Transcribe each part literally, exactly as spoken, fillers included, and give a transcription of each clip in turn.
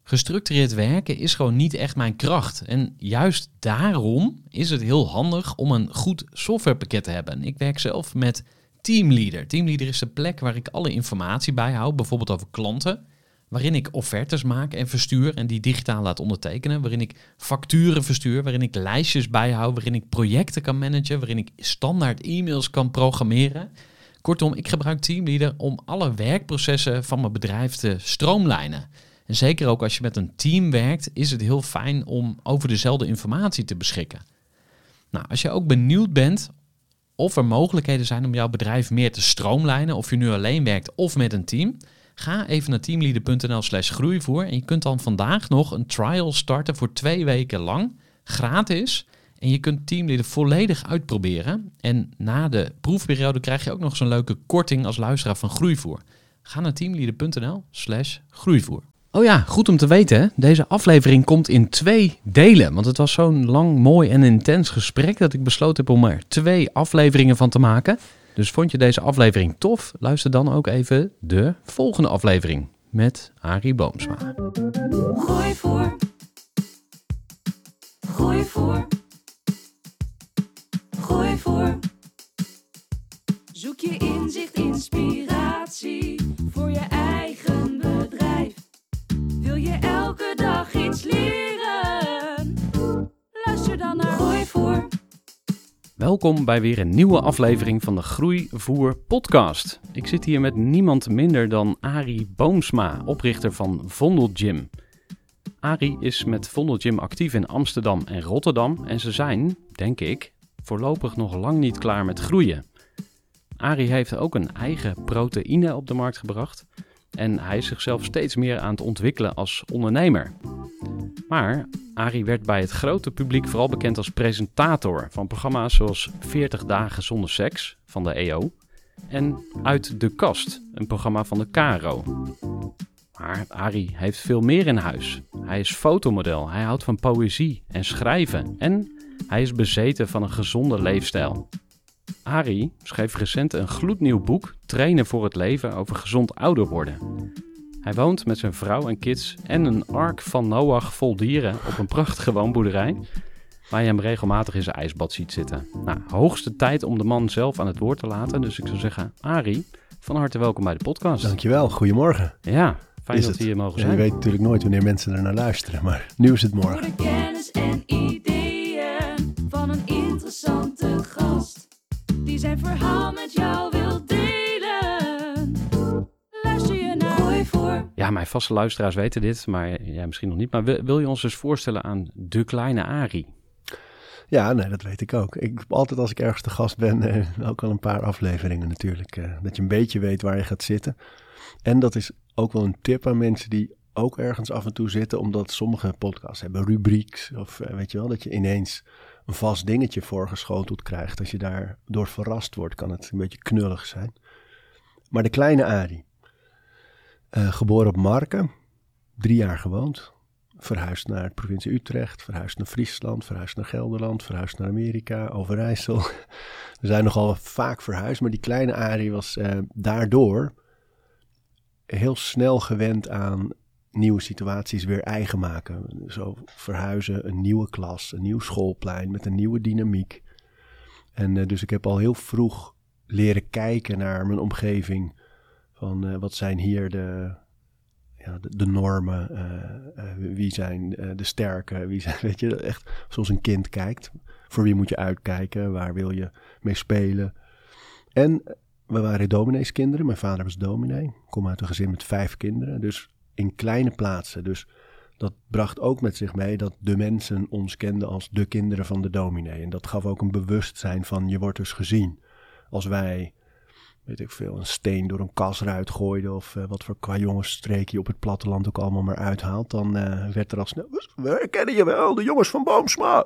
Gestructureerd werken is gewoon niet echt mijn kracht. En juist daarom is het heel handig om een goed softwarepakket te hebben. Ik werk zelf met Teamleader. Teamleader is de plek waar ik alle informatie bijhoud, bijvoorbeeld over klanten, waarin ik offertes maak en verstuur en die digitaal laat ondertekenen, waarin ik facturen verstuur, waarin ik lijstjes bijhoud, waarin ik projecten kan managen, waarin ik standaard e-mails kan programmeren. Kortom, ik gebruik Teamleader om alle werkprocessen van mijn bedrijf te stroomlijnen. En zeker ook als je met een team werkt, is het heel fijn om over dezelfde informatie te beschikken. Nou, als je ook benieuwd bent of er mogelijkheden zijn om jouw bedrijf meer te stroomlijnen, of je nu alleen werkt of met een team, ga even naar teamleader.nl slash groeivoer en je kunt dan vandaag nog een trial starten voor twee weken lang, gratis. En je kunt Teamleader volledig uitproberen. En na de proefperiode krijg je ook nog zo'n leuke korting als luisteraar van Groeivoer. Ga naar teamleader.nl slash groeivoer. Oh ja, goed om te weten, hè? Deze aflevering komt in twee delen. Want het was zo'n lang, mooi en intens gesprek dat ik besloten heb om er twee afleveringen van te maken. Dus vond je deze aflevering tof? Luister dan ook even de volgende aflevering met Arie Boomsma. Groeivoer. Groeivoer. Groeivoer. Zoek je inzicht, inspiratie voor je eigen bedrijf. Wil je elke dag iets leren? Luister dan naar Groeivoer. Welkom bij weer een nieuwe aflevering van de Groeivoer podcast. Ik zit hier met niemand minder dan Arie Boomsma, oprichter van Vondelgym. Arie is met Vondelgym actief in Amsterdam en Rotterdam en ze zijn, denk ik, voorlopig nog lang niet klaar met groeien. Arie heeft ook een eigen proteïne op de markt gebracht en hij is zichzelf steeds meer aan het ontwikkelen als ondernemer. Maar Arie werd bij het grote publiek vooral bekend als presentator van programma's zoals veertig dagen zonder seks van de E O en Uit de Kast, een programma van de K R O. Maar Arie heeft veel meer in huis. Hij is fotomodel, hij houdt van poëzie en schrijven en hij is bezeten van een gezonde leefstijl. Arie schreef recent een gloednieuw boek, Trainen voor het leven, over gezond ouder worden. Hij woont met zijn vrouw en kids en een ark van Noach vol dieren op een prachtige woonboerderij, waar je hem regelmatig in zijn ijsbad ziet zitten. Nou, hoogste tijd om de man zelf aan het woord te laten, dus ik zou zeggen, Arie, van harte welkom bij de podcast. Dankjewel, goedemorgen. Ja, fijn Is dat het? we hier mogen Ja, zijn. je weet natuurlijk nooit wanneer mensen er naar luisteren, maar nu is het Voor morgen. de kennis en ideeën van een interessante gast, die zijn verhaal met jou wil delen. Luister je naar Groeivoer. Ja, mijn vaste luisteraars weten dit, maar jij misschien nog niet. Maar wil, wil je ons eens voorstellen aan de kleine Arie? Ja, nee, dat weet ik ook. Ik heb altijd als ik ergens te gast ben, eh, ook al een paar afleveringen natuurlijk, eh, dat je een beetje weet waar je gaat zitten. En dat is ook wel een tip aan mensen die ook ergens af en toe zitten, omdat sommige podcasts hebben rubrieks of eh, weet je wel, dat je ineens een vast dingetje voorgeschoteld krijgt. Als je daardoor verrast wordt, kan het een beetje knullig zijn. Maar de kleine Arie, uh, geboren op Marken, drie jaar gewoond, verhuisd naar de provincie Utrecht, verhuisd naar Friesland, verhuisd naar Gelderland, verhuisd naar Amerika, Overijssel. We zijn nogal vaak verhuisd, maar die kleine Arie was uh, daardoor heel snel gewend aan nieuwe situaties weer eigen maken. Zo verhuizen, een nieuwe klas, een nieuw schoolplein met een nieuwe dynamiek. En uh, dus ik heb al heel vroeg leren kijken naar mijn omgeving. Van uh, wat zijn hier de, ja, de, de normen, uh, uh, wie zijn uh, de sterken, wie zijn, weet je, echt zoals een kind kijkt. Voor wie moet je uitkijken, waar wil je mee spelen. En we waren domineeskinderen, mijn vader was dominee. Ik kom uit een gezin met vijf kinderen, dus in kleine plaatsen. Dus dat bracht ook met zich mee dat de mensen ons kenden als de kinderen van de dominee. En dat gaf ook een bewustzijn van je wordt dus gezien. Als wij, weet ik veel, een steen door een kasruit gooiden of uh, wat voor qua jongensstreek je op het platteland ook allemaal maar uithaalt, dan uh, werd er al snel, we kennen je wel, de jongens van Boomsma.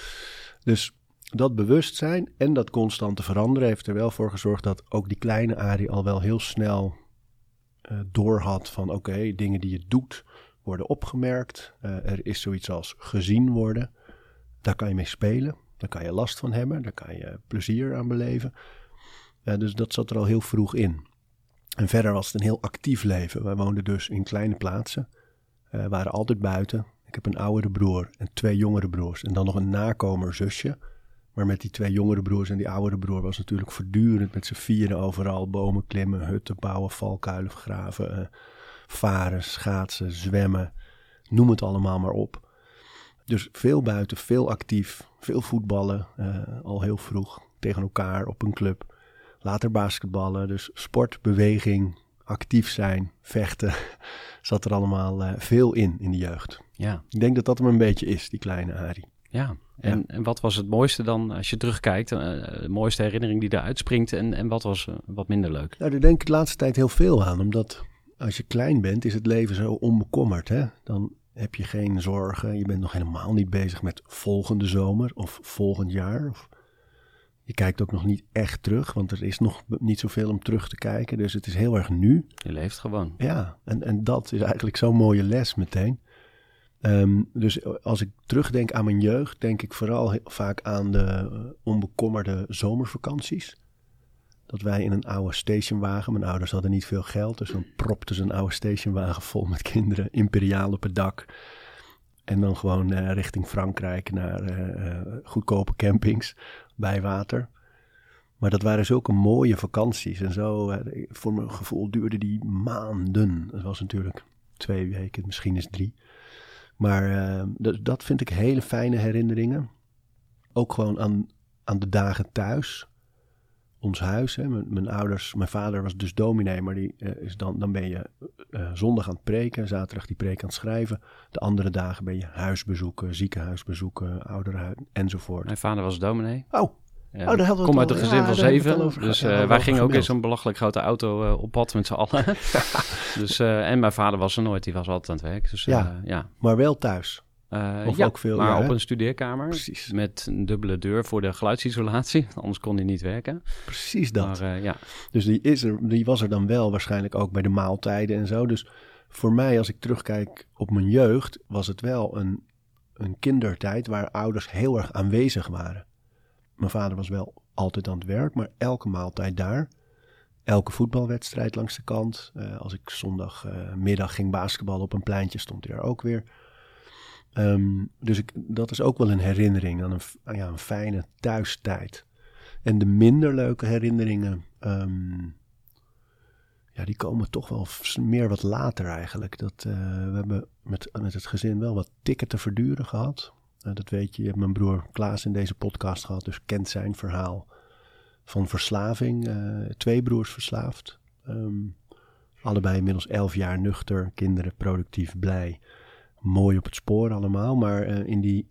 Dus dat bewustzijn en dat constante veranderen heeft er wel voor gezorgd dat ook die kleine Arie al wel heel snel uh, doorhad van oké, okay, dingen die je doet worden opgemerkt. Uh, er is zoiets als gezien worden. Daar kan je mee spelen. Daar kan je last van hebben. Daar kan je plezier aan beleven. Uh, dus dat zat er al heel vroeg in. En verder was het een heel actief leven. Wij woonden dus in kleine plaatsen. Uh, waren altijd buiten. Ik heb een oudere broer en twee jongere broers. En dan nog een nakomer zusje. Maar met die twee jongere broers en die oudere broer was natuurlijk voortdurend met z'n vieren overal. Bomen klimmen, hutten bouwen, valkuilen graven, uh, varen, schaatsen, zwemmen. Noem het allemaal maar op. Dus veel buiten, veel actief, veel voetballen. Uh, al heel vroeg tegen elkaar op een club. Later basketballen, dus sport, beweging, actief zijn, vechten. Zat er allemaal uh, veel in, in de jeugd. Ja. Ik denk dat dat hem een beetje is, die kleine Arie. Ja, en, ja. en wat was het mooiste dan, als je terugkijkt, uh, de mooiste herinnering die eruit springt en, en wat was uh, wat minder leuk? Nou, daar denk ik de laatste tijd heel veel aan, omdat als je klein bent is het leven zo onbekommerd. Hè? Dan heb je geen zorgen, je bent nog helemaal niet bezig met volgende zomer of volgend jaar. Of je kijkt ook nog niet echt terug, want er is nog niet zoveel om terug te kijken, dus het is heel erg nu. Je leeft gewoon. Ja, en, en dat is eigenlijk zo'n mooie les meteen. Um, dus als ik terugdenk aan mijn jeugd, denk ik vooral heel vaak aan de uh, onbekommerde zomervakanties. Dat wij in een oude stationwagen, mijn ouders hadden niet veel geld, dus dan propten ze een oude stationwagen vol met kinderen, imperiaal op het dak. En dan gewoon uh, richting Frankrijk naar uh, uh, goedkope campings bij water. Maar dat waren zulke mooie vakanties en zo, uh, voor mijn gevoel duurde die maanden. Dat was natuurlijk twee weken, misschien is drie. Maar uh, d- dat vind ik hele fijne herinneringen. Ook gewoon aan, aan de dagen thuis. Ons huis, hè. M- mijn ouders, mijn vader was dus dominee, maar die, uh, is dan, dan ben je uh, zondag aan het preken, zaterdag die preek aan het schrijven. De andere dagen ben je huisbezoeken, ziekenhuisbezoeken, ouderhuis enzovoort. Mijn vader was dominee. Oh, Ja, oh, daar hadden we kom het uit een al- gezin ja, van daar hebben we het zeven. al over Dus gehad. uh, Ja, wij over gingen ook in gemeld. zo'n belachelijk grote auto uh, op pad met z'n allen. dus, uh, en mijn vader was er nooit, die was altijd aan het werk. Dus, uh, Ja. ja. Maar wel thuis. Uh, Of ja, ook veel, maar ja, op hè? een studeerkamer. Precies. Met een dubbele deur voor de geluidsisolatie. Anders kon hij niet werken. Precies dat. Maar uh, ja, Dus die, is er, die was er dan wel waarschijnlijk ook bij de maaltijden en zo. Dus voor mij, als ik terugkijk op mijn jeugd, was het wel een, een kindertijd waar ouders heel erg aanwezig waren. Mijn vader was wel altijd aan het werk, maar elke maaltijd daar. Elke voetbalwedstrijd langs de kant. Uh, als ik zondagmiddag uh, ging basketballen op een pleintje, stond hij daar ook weer. Um, dus ik, dat is ook wel een herinnering aan een, aan ja, een fijne thuistijd. En de minder leuke herinneringen, um, ja, die komen toch wel meer wat later eigenlijk. Dat, uh, we hebben met, met het gezin wel wat tikken te verduren gehad. Uh, dat weet je, je hebt mijn broer Klaas in deze podcast gehad, dus kent zijn verhaal van verslaving. Uh, twee broers verslaafd. Um, allebei inmiddels elf jaar nuchter, kinderen productief, blij. Mooi op het spoor allemaal, maar uh, in die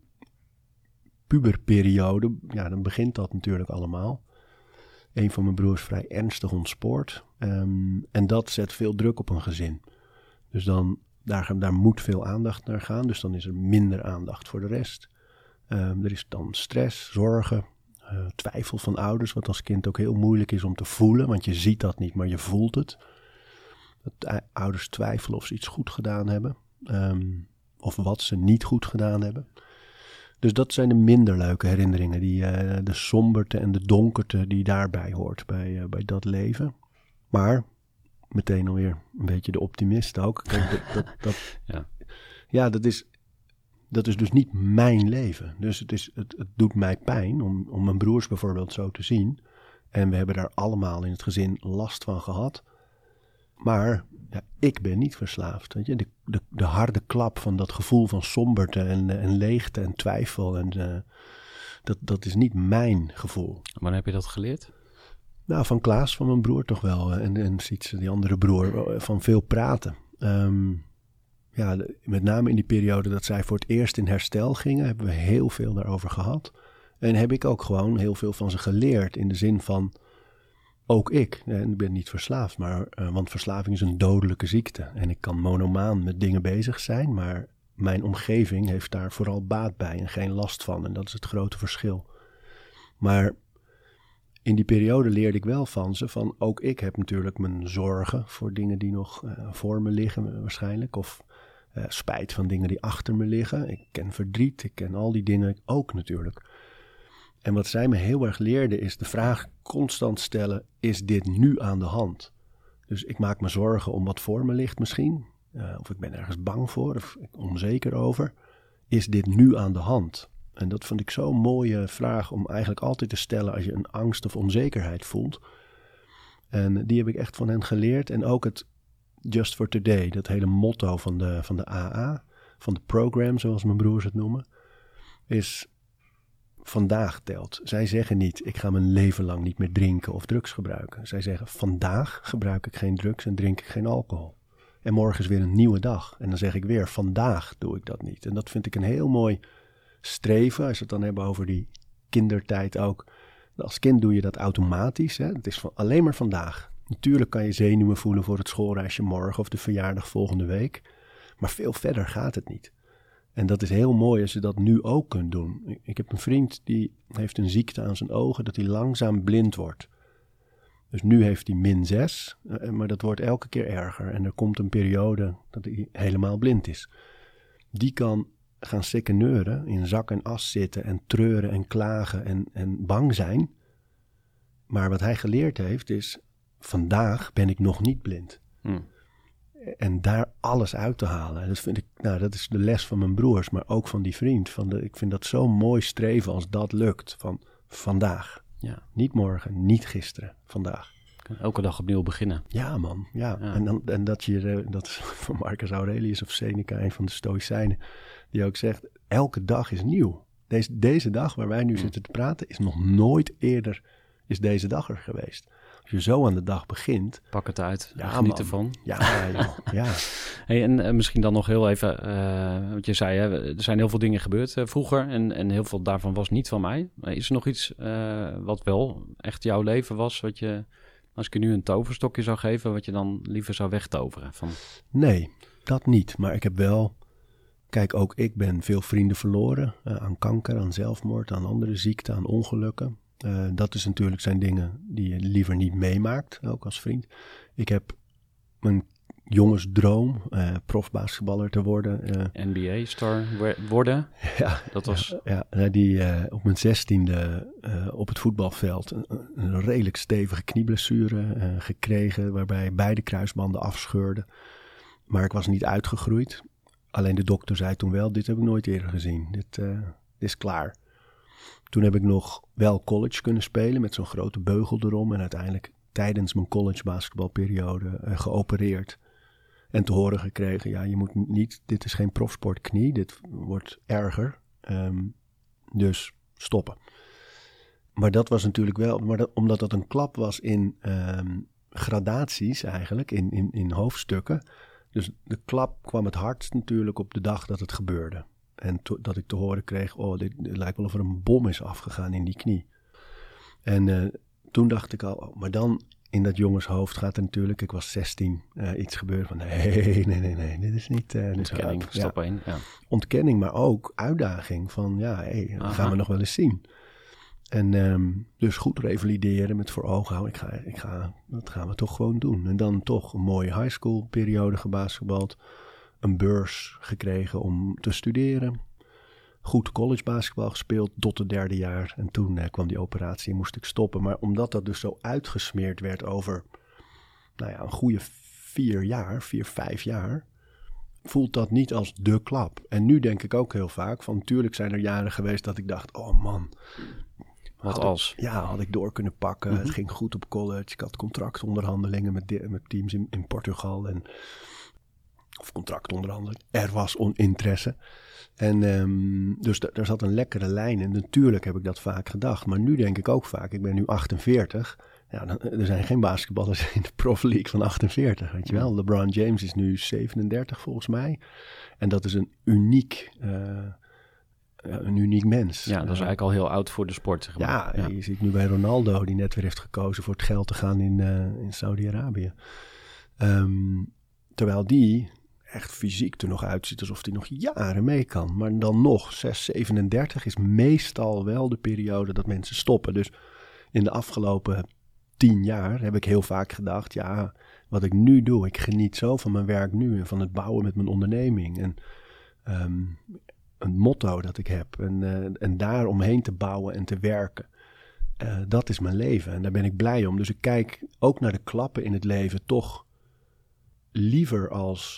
puberperiode, ja, dan begint dat natuurlijk allemaal. Een van mijn broers vrij ernstig ontspoord. Um, en dat zet veel druk op een gezin. Dus dan, daar, daar moet veel aandacht naar gaan. Dus dan is er minder aandacht voor de rest. Um, er is dan stress, zorgen, uh, twijfel van ouders. Wat als kind ook heel moeilijk is om te voelen. Want je ziet dat niet, maar je voelt het. Dat uh, ouders twijfelen of ze iets goed gedaan hebben. Um, of wat ze niet goed gedaan hebben. Dus dat zijn de minder leuke herinneringen. Die, uh, de somberte en de donkerte die daarbij hoort. Bij, uh, bij dat leven. Maar meteen alweer een beetje de optimist ook. Kijk, dat, dat, dat, ja. ja, dat is, dat is dus niet mijn leven. Dus het, is, het, het doet mij pijn om, om mijn broers bijvoorbeeld zo te zien. En we hebben daar allemaal in het gezin last van gehad. Maar ja, ik ben niet verslaafd. Weet je? De, de, de harde klap van dat gevoel van somberte en, en leegte en twijfel. En, uh, dat, dat is niet mijn gevoel. Wanneer heb je dat geleerd? Nou, van Klaas, van mijn broer toch wel. En, en Sietse, die andere broer, van veel praten. Um, ja, de, met name in die periode dat zij voor het eerst in herstel gingen, hebben we heel veel daarover gehad. En heb ik ook gewoon heel veel van ze geleerd. In de zin van, ook ik, en ik ben niet verslaafd, maar, uh, want verslaving is een dodelijke ziekte. En ik kan monomaan met dingen bezig zijn, maar mijn omgeving heeft daar vooral baat bij en geen last van. En dat is het grote verschil. Maar in die periode leerde ik wel van ze, van ook ik heb natuurlijk mijn zorgen voor dingen die nog uh, voor me liggen waarschijnlijk. Of uh, spijt van dingen die achter me liggen. Ik ken verdriet, ik ken al die dingen ook natuurlijk. En wat zij me heel erg leerde is de vraag constant stellen, is dit nu aan de hand? Dus ik maak me zorgen om wat voor me ligt misschien. uh, of ik ben ergens bang voor of onzeker over. Is dit nu aan de hand? En dat vond ik zo'n mooie vraag om eigenlijk altijd te stellen als je een angst of onzekerheid voelt. En die heb ik echt van hen geleerd. En ook het Just for Today, dat hele motto van de, van de A A, van de program zoals mijn broers het noemen, is vandaag telt. Zij zeggen niet, ik ga mijn leven lang niet meer drinken of drugs gebruiken. Zij zeggen, vandaag gebruik ik geen drugs en drink ik geen alcohol. En morgen is weer een nieuwe dag. En dan zeg ik weer, vandaag doe ik dat niet. En dat vind ik een heel mooi streven, als we het dan hebben over die kindertijd ook. Als kind doe je dat automatisch. Hè? Het is van, alleen maar vandaag. Natuurlijk kan je zenuwen voelen voor het schoolreisje morgen of de verjaardag volgende week. Maar veel verder gaat het niet. En dat is heel mooi als je dat nu ook kunt doen. Ik heb een vriend die heeft een ziekte aan zijn ogen dat hij langzaam blind wordt. Dus nu heeft hij min zes, maar dat wordt elke keer erger. En er komt een periode dat hij helemaal blind is. Die kan gaan sikkeneuren, in zak en as zitten en treuren en klagen en, en bang zijn. Maar wat hij geleerd heeft is, vandaag ben ik nog niet blind. Hmm. En daar alles uit te halen. Dat vind ik, nou, dat is de les van mijn broers, maar ook van die vriend. Van de, ik vind dat zo'n mooi streven als dat lukt. Van vandaag. Ja. Niet morgen, niet gisteren, vandaag. Elke dag opnieuw beginnen. Ja, man. Ja. ja. En, dan, en dat je, dat is van Marcus Aurelius of Seneca, een van de Stoïcijnen, die ook zegt, elke dag is nieuw. Deze, deze dag waar wij nu hmm. zitten te praten, is nog nooit eerder, is deze dag er geweest. Als je zo aan de dag begint. Pak het uit, ja, geniet ervan. Ja, ja. ja. Hey, en uh, misschien dan nog heel even, uh, wat je zei, hè, er zijn heel veel dingen gebeurd uh, vroeger en, en heel veel daarvan was niet van mij. Maar is er nog iets uh, wat wel echt jouw leven was, wat je, als ik je nu een toverstokje zou geven, wat je dan liever zou wegtoveren? Van... Nee, dat niet. Maar ik heb wel, kijk, ook ik ben veel vrienden verloren uh, aan kanker, aan zelfmoord, aan andere ziekten, aan ongelukken. Uh, dat is natuurlijk zijn dingen die je liever niet meemaakt, ook als vriend. Ik heb mijn jongensdroom, uh, profbasketballer te worden. Uh, N B A-star worden? Ja, dat was... ja, ja die uh, op mijn zestiende uh, op het voetbalveld een, een redelijk stevige knieblessure uh, gekregen, waarbij beide kruisbanden afscheurden. Maar ik was niet uitgegroeid. Alleen de dokter zei toen wel, dit heb ik nooit eerder gezien. Dit, uh, dit is klaar. Toen heb ik nog wel college kunnen spelen met zo'n grote beugel erom. En uiteindelijk tijdens mijn college basketbalperiode uh, geopereerd. En te horen gekregen, ja, je moet niet, dit is geen profsportknie, dit wordt erger. Um, dus stoppen. Maar dat was natuurlijk wel, maar dat, omdat dat een klap was in um, gradaties eigenlijk, in, in, in hoofdstukken. Dus de klap kwam het hardst natuurlijk op de dag dat het gebeurde. En to, dat ik te horen kreeg, oh, dit, dit lijkt wel of er een bom is afgegaan in die knie. En uh, toen dacht ik al, oh, maar dan in dat jongenshoofd gaat er natuurlijk, ik was zestien, uh, iets gebeuren van, nee, nee, nee, nee, dit is niet... Uh, Ontkenning, dus, stap ja, één. Ja. Ontkenning, maar ook uitdaging van, ja, hey, dat gaan we nog wel eens zien. En um, dus goed revalideren met voor ogen houden, ik ga, ik ga, dat gaan we toch gewoon doen. En dan toch een mooie high school periode gebasketbald. Een beurs gekregen om te studeren. Goed college basketbal gespeeld tot het derde jaar. En toen eh, kwam die operatie en moest ik stoppen. Maar omdat dat dus zo uitgesmeerd werd over nou ja, een goede vier jaar, vier, vijf jaar, voelt dat niet als de klap. En nu denk ik ook heel vaak van, natuurlijk zijn er jaren geweest dat ik dacht, oh man. Wat als? Ik, ja, had ik door kunnen pakken. Mm-hmm. Het ging goed op college. Ik had contractonderhandelingen met, de, met teams in, in Portugal en... Of contractonderhandeling. Er was oninteresse. En um, dus d- daar zat een lekkere lijn. En natuurlijk heb ik dat vaak gedacht. Maar nu denk ik ook vaak, ik ben nu achtenveertig. Ja, dan, er zijn geen basketballers in de Prof League van achtenveertig. Weet je wel. LeBron James is nu zevenendertig volgens mij. En dat is een uniek, uh, een uniek mens. Ja, dat is eigenlijk al heel oud voor de sport. Zeg maar. Ja, ja, je ziet nu bij Ronaldo, die net weer heeft gekozen voor het geld te gaan in, uh, in Saudi-Arabië. Um, terwijl die echt fysiek er nog uitziet alsof hij nog jaren mee kan. Maar dan nog, zes, zevenendertig is meestal wel de periode dat mensen stoppen. Dus in de afgelopen tien jaar heb ik heel vaak gedacht, ja, wat ik nu doe, ik geniet zo van mijn werk nu en van het bouwen met mijn onderneming. En um, een motto dat ik heb en, uh, en daar omheen te bouwen en te werken. Uh, dat is mijn leven en daar ben ik blij om. Dus ik kijk ook naar de klappen in het leven toch liever als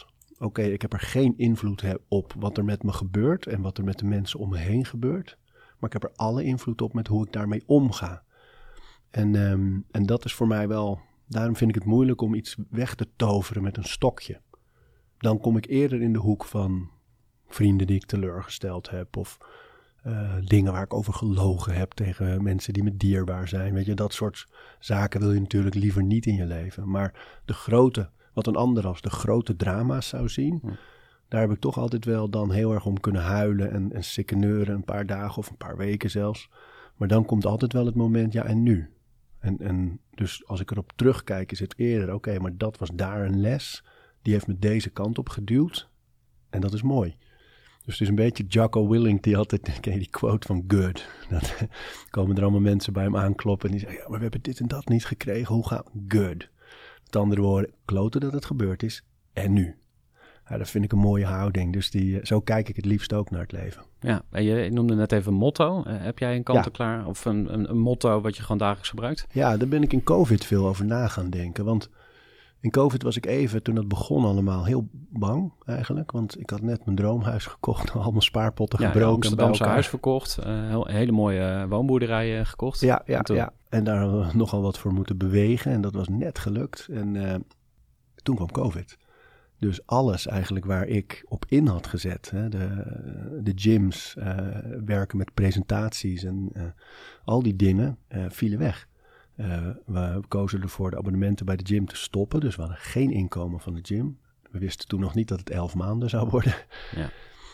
oké, okay, ik heb er geen invloed he- op wat er met me gebeurt en wat er met de mensen om me heen gebeurt. Maar ik heb er alle invloed op met hoe ik daarmee omga. En, um, en dat is voor mij wel, daarom vind ik het moeilijk om iets weg te toveren met een stokje. Dan kom ik eerder in de hoek van vrienden die ik teleurgesteld heb of uh, dingen waar ik over gelogen heb tegen mensen die me dierbaar zijn. Weet je, dat soort zaken wil je natuurlijk liever niet in je leven. Maar de grote, wat een ander als de grote drama's zou zien, hm. daar heb ik toch altijd wel dan heel erg om kunnen huilen en, en sikkeneuren een paar dagen of een paar weken zelfs. Maar dan komt altijd wel het moment, ja en nu? En, en dus als ik erop terugkijk is het eerder, oké, okay, maar dat was daar een les. Die heeft me deze kant op geduwd. En dat is mooi. Dus het is een beetje Jocko Willink die altijd, ken je die quote van good? Dan komen er allemaal mensen bij hem aankloppen en die zeggen, ja, maar we hebben dit en dat niet gekregen. Hoe gaat good? Met andere woorden, kloten dat het gebeurd is. En nu? Ja, dat vind ik een mooie houding. Dus die, zo kijk ik het liefst ook naar het leven. Ja, en je noemde net even een motto. Uh, heb jij een kant-en-klaar ja. of een, een, een motto wat je gewoon dagelijks gebruikt? Ja, daar ben ik in COVID veel over na gaan denken. Want in COVID was ik even, toen dat begon allemaal, heel bang eigenlijk. Want ik had net mijn droomhuis gekocht, al mijn spaarpotten ja, gebroken. Ja, Amsterdamse huis verkocht, uh, heel, een hele mooie woonboerderij uh, gekocht. Ja, ja, en, toen... ja, en daar hebben we nogal wat voor moeten bewegen. En dat was net gelukt. En uh, toen kwam COVID. Dus alles eigenlijk waar ik op in had gezet. Hè, de, de gyms, uh, werken met presentaties en uh, al die dingen uh, vielen weg. Uh, we kozen ervoor de abonnementen bij de gym te stoppen. Dus we hadden geen inkomen van de gym. We wisten toen nog niet dat het elf maanden zou worden. Ja.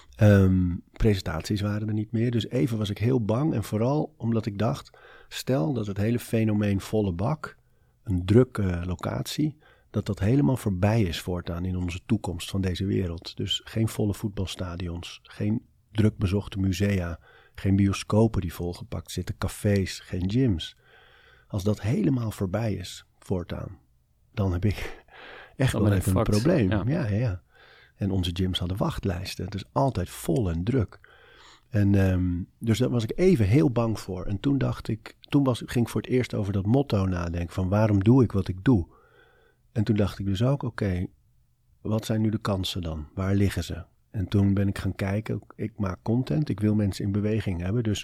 Um, presentaties waren er niet meer. Dus even was ik heel bang. En vooral omdat ik dacht, stel dat het hele fenomeen volle bak, een drukke locatie, dat dat helemaal voorbij is voortaan in onze toekomst van deze wereld. Dus geen volle voetbalstadions, geen druk bezochte musea, geen bioscopen die volgepakt zitten, cafés, geen gyms. Als dat helemaal voorbij is voortaan, dan heb ik echt wel even een probleem. Ja. Ja, ja, ja. En onze gyms hadden wachtlijsten. Het is altijd vol en druk. En um, dus daar was ik even heel bang voor. En toen dacht ik, toen was, ging ik voor het eerst over dat motto nadenken van waarom doe ik wat ik doe? En toen dacht ik dus ook, oké, okay, wat zijn nu de kansen dan? Waar liggen ze? En toen ben ik gaan kijken, ik maak content, ik wil mensen in beweging hebben, dus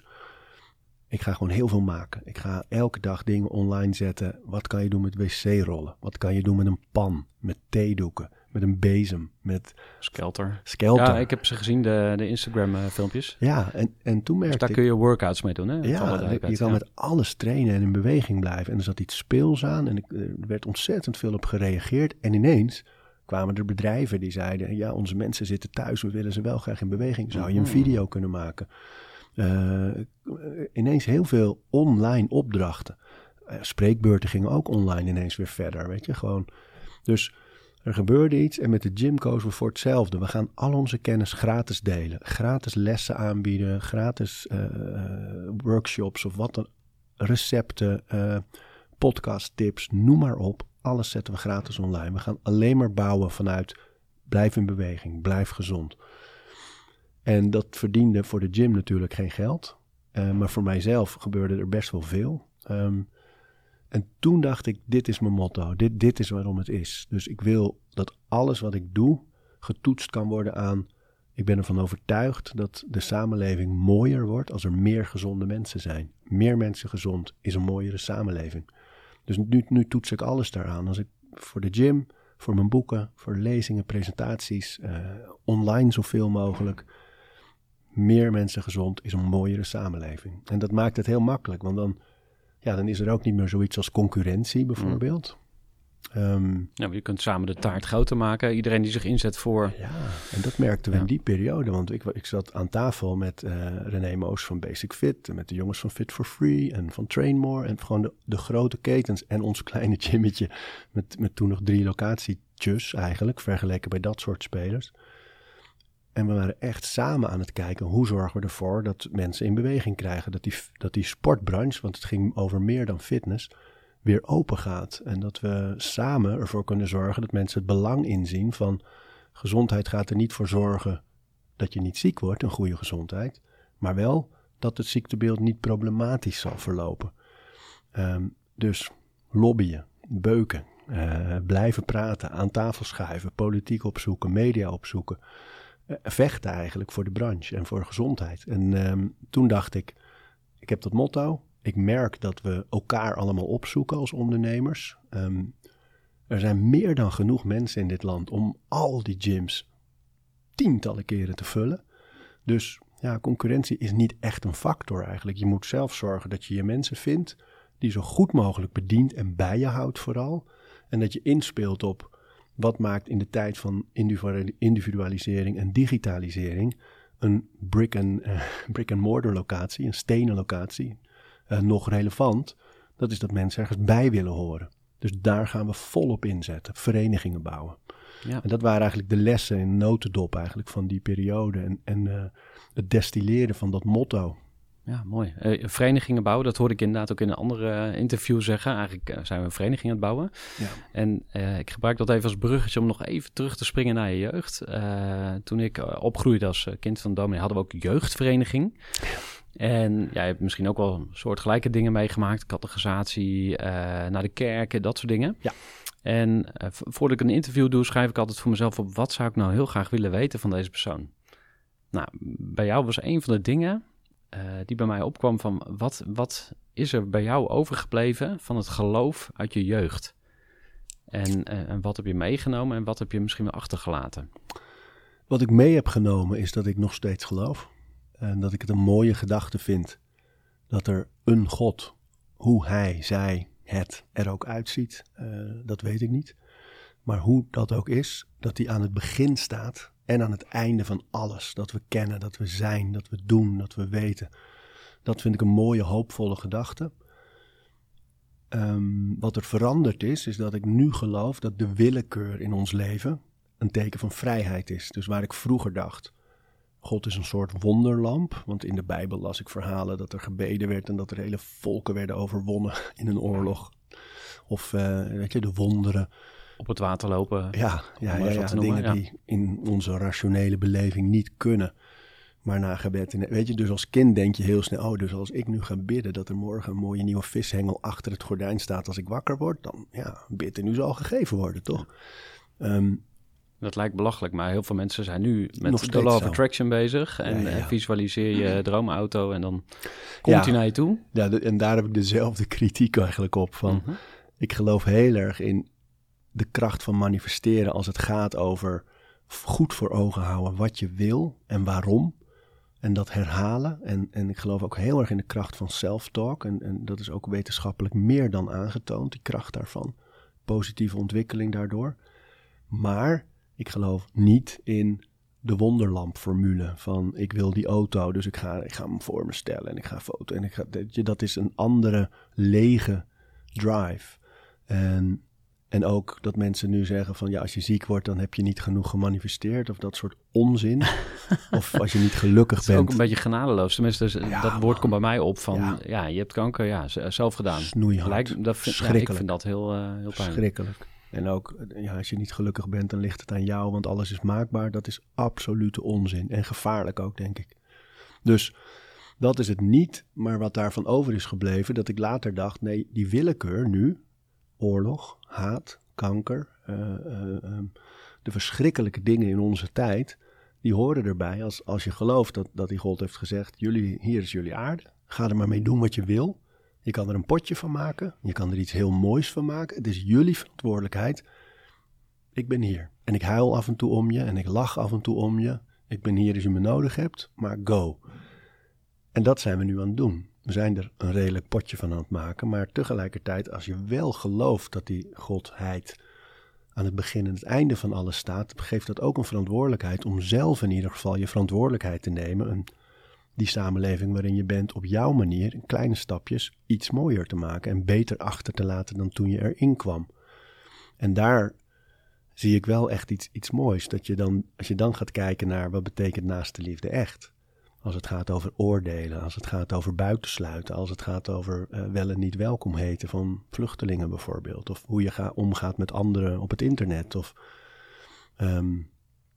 ik ga gewoon heel veel maken. Ik ga elke dag dingen online zetten. Wat kan je doen met wc-rollen? Wat kan je doen met een pan, met theedoeken, met een bezem, met Skelter. Skelter. Ja, ik heb ze gezien, de, de Instagram-filmpjes. Ja, en, en toen merkte dus daar ik, kun je workouts mee doen, hè? Ja, je kan ja. met alles trainen en in beweging blijven. En er zat iets speels aan en er werd ontzettend veel op gereageerd. En ineens kwamen er bedrijven die zeiden, ja, onze mensen zitten thuis, we willen ze wel graag in beweging. Zou je een video kunnen maken? Uh, ineens heel veel online opdrachten. Uh, spreekbeurten gingen ook online ineens weer verder, weet je, gewoon. Dus er gebeurde iets en met de gym kozen we voor hetzelfde. We gaan al onze kennis gratis delen. Gratis lessen aanbieden, gratis uh, workshops of wat dan. Recepten, uh, podcasttips, noem maar op. Alles zetten we gratis online. We gaan alleen maar bouwen vanuit blijf in beweging, blijf gezond. En dat verdiende voor de gym natuurlijk geen geld. Uh, maar voor mijzelf gebeurde er best wel veel. Um, en toen dacht ik, dit is mijn motto. Dit, dit is waarom het is. Dus ik wil dat alles wat ik doe getoetst kan worden aan. Ik ben ervan overtuigd dat de samenleving mooier wordt als er meer gezonde mensen zijn. Meer mensen gezond is een mooiere samenleving. Dus nu, nu toets ik alles daaraan. Als ik voor de gym, voor mijn boeken, voor lezingen, presentaties, uh, online zoveel mogelijk. Meer mensen gezond is een mooiere samenleving. En dat maakt het heel makkelijk, want dan, ja, dan is er ook niet meer zoiets als concurrentie bijvoorbeeld. Mm. Um, ja, je kunt samen de taart groter maken. Iedereen die zich inzet voor... Ja, en dat merkten we ja. in die periode. Want ik, ik zat aan tafel met uh, René Moos van Basic Fit. En met de jongens van Fit for Free en van Train More. En gewoon de, de grote ketens en ons kleine gymmetje. Met, met toen nog drie locatietjes eigenlijk, vergeleken bij dat soort spelers. En we waren echt samen aan het kijken, hoe zorgen we ervoor dat mensen in beweging krijgen. Dat die, dat die sportbranche, want het ging over meer dan fitness, weer open gaat. En dat we samen ervoor kunnen zorgen dat mensen het belang inzien van gezondheid gaat er niet voor zorgen dat je niet ziek wordt, een goede gezondheid. Maar wel dat het ziektebeeld niet problematisch zal verlopen. Um, dus lobbyen, beuken, Uh, blijven praten, aan tafel schuiven, politiek opzoeken, media opzoeken. Uh, vechten eigenlijk voor de branche en voor gezondheid. En um, toen dacht ik, ik heb dat motto. Ik merk dat we elkaar allemaal opzoeken als ondernemers. Um, er zijn meer dan genoeg mensen in dit land om al die gyms tientallen keren te vullen. Dus ja, concurrentie is niet echt een factor eigenlijk. Je moet zelf zorgen dat je je mensen vindt die zo goed mogelijk bedient en bij je houdt vooral. En dat je inspeelt op wat maakt in de tijd van individualisering en digitalisering een brick and, uh, brick and mortar locatie, een stenen locatie, uh, nog relevant. Dat is dat mensen ergens bij willen horen. Dus daar gaan we volop inzetten, verenigingen bouwen. Ja. En dat waren eigenlijk de lessen in notendop eigenlijk van die periode en, en uh, het destilleren van dat motto. Ja, mooi. Uh, verenigingen bouwen, dat hoorde ik inderdaad ook in een andere uh, interview zeggen. Eigenlijk uh, zijn we een vereniging aan het bouwen. Ja. En uh, ik gebruik dat even als bruggetje om nog even terug te springen naar je jeugd. Uh, toen ik uh, opgroeide als uh, kind van de dominee hadden we ook jeugdvereniging. Ja. En jij hebt misschien ook wel soortgelijke dingen meegemaakt. Categorisatie, uh, naar de kerk, dat soort dingen. Ja. En uh, voordat ik een interview doe, schrijf ik altijd voor mezelf op wat zou ik nou heel graag willen weten van deze persoon. Nou, bij jou was een van de dingen uh, die bij mij opkwam van wat, wat is er bij jou overgebleven van het geloof uit je jeugd? En, uh, en wat heb je meegenomen en wat heb je misschien wel achtergelaten? Wat ik mee heb genomen is dat ik nog steeds geloof. En dat ik het een mooie gedachte vind dat er een God, hoe hij, zij, het er ook uitziet, uh, dat weet ik niet. Maar hoe dat ook is, dat hij aan het begin staat en aan het einde van alles. Dat we kennen, dat we zijn, dat we doen, dat we weten. Dat vind ik een mooie, hoopvolle gedachte. Um, wat er veranderd is, is dat ik nu geloof dat de willekeur in ons leven een teken van vrijheid is. Dus waar ik vroeger dacht, God is een soort wonderlamp. Want in de Bijbel las ik verhalen dat er gebeden werd en dat er hele volken werden overwonnen in een oorlog. Of uh, weet je, de wonderen. Op het water lopen. Ja, ja, ja, ja dingen ja. die in onze rationele beleving niet kunnen. Maar na gebed, in, weet je, dus als kind denk je heel snel, oh, dus als ik nu ga bidden dat er morgen een mooie nieuwe vishengel achter het gordijn staat als ik wakker word, dan ja, bid en nu zal gegeven worden, toch? Ja. Um, Dat lijkt belachelijk, maar heel veel mensen zijn nu met de law of attraction bezig. En ja, ja, ja. visualiseer je droomauto en dan komt hij ja. naar je toe. Ja, de, en daar heb ik dezelfde kritiek eigenlijk op. Van, mm-hmm. Ik geloof heel erg in de kracht van manifesteren als het gaat over goed voor ogen houden wat je wil en waarom. En dat herhalen. En, en ik geloof ook heel erg in de kracht van self-talk. En, en dat is ook wetenschappelijk meer dan aangetoond, die kracht daarvan. Positieve ontwikkeling daardoor. Maar ik geloof niet in de wonderlampformule van ik wil die auto, dus ik ga, ik ga hem voor me stellen en ik ga foto. En ik ga, dat is een andere lege drive. En, en ook dat mensen nu zeggen van ja, als je ziek wordt, dan heb je niet genoeg gemanifesteerd of dat soort onzin. Of als je niet gelukkig bent. Dat is ook een beetje genadeloos. Tenminste, ja, dat woord komt bij mij op van ja, ja je hebt kanker, ja, zelf gedaan. Snoeihard. Lijkt, dat vind, ja, ik vind dat heel, uh, heel pijnlijk. Schrikkelijk. En ook, ja, als je niet gelukkig bent, dan ligt het aan jou, want alles is maakbaar. Dat is absolute onzin en gevaarlijk ook, denk ik. Dus dat is het niet, maar wat daarvan over is gebleven, dat ik later dacht, nee, die willekeur nu, oorlog, haat, kanker, uh, uh, um, de verschrikkelijke dingen in onze tijd, die horen erbij als, als je gelooft dat, dat die God heeft gezegd, jullie, hier is jullie aarde, ga er maar mee doen wat je wil. Je kan er een potje van maken. Je kan er iets heel moois van maken. Het is jullie verantwoordelijkheid. Ik ben hier. En ik huil af en toe om je. En ik lach af en toe om je. Ik ben hier als je me nodig hebt. Maar go. En dat zijn we nu aan het doen. We zijn er een redelijk potje van aan het maken. Maar tegelijkertijd, als je wel gelooft dat die godheid aan het begin en het einde van alles staat, geeft dat ook een verantwoordelijkheid om zelf in ieder geval je verantwoordelijkheid te nemen. Een Die samenleving waarin je bent op jouw manier in kleine stapjes iets mooier te maken en beter achter te laten dan toen je erin kwam. En daar zie ik wel echt iets, iets moois. Dat je dan, als je dan gaat kijken naar wat betekent naaste liefde echt. Als het gaat over oordelen, als het gaat over buitensluiten, als het gaat over uh, wel en niet welkom heten van vluchtelingen bijvoorbeeld. Of hoe je ga, omgaat met anderen op het internet. Of Um,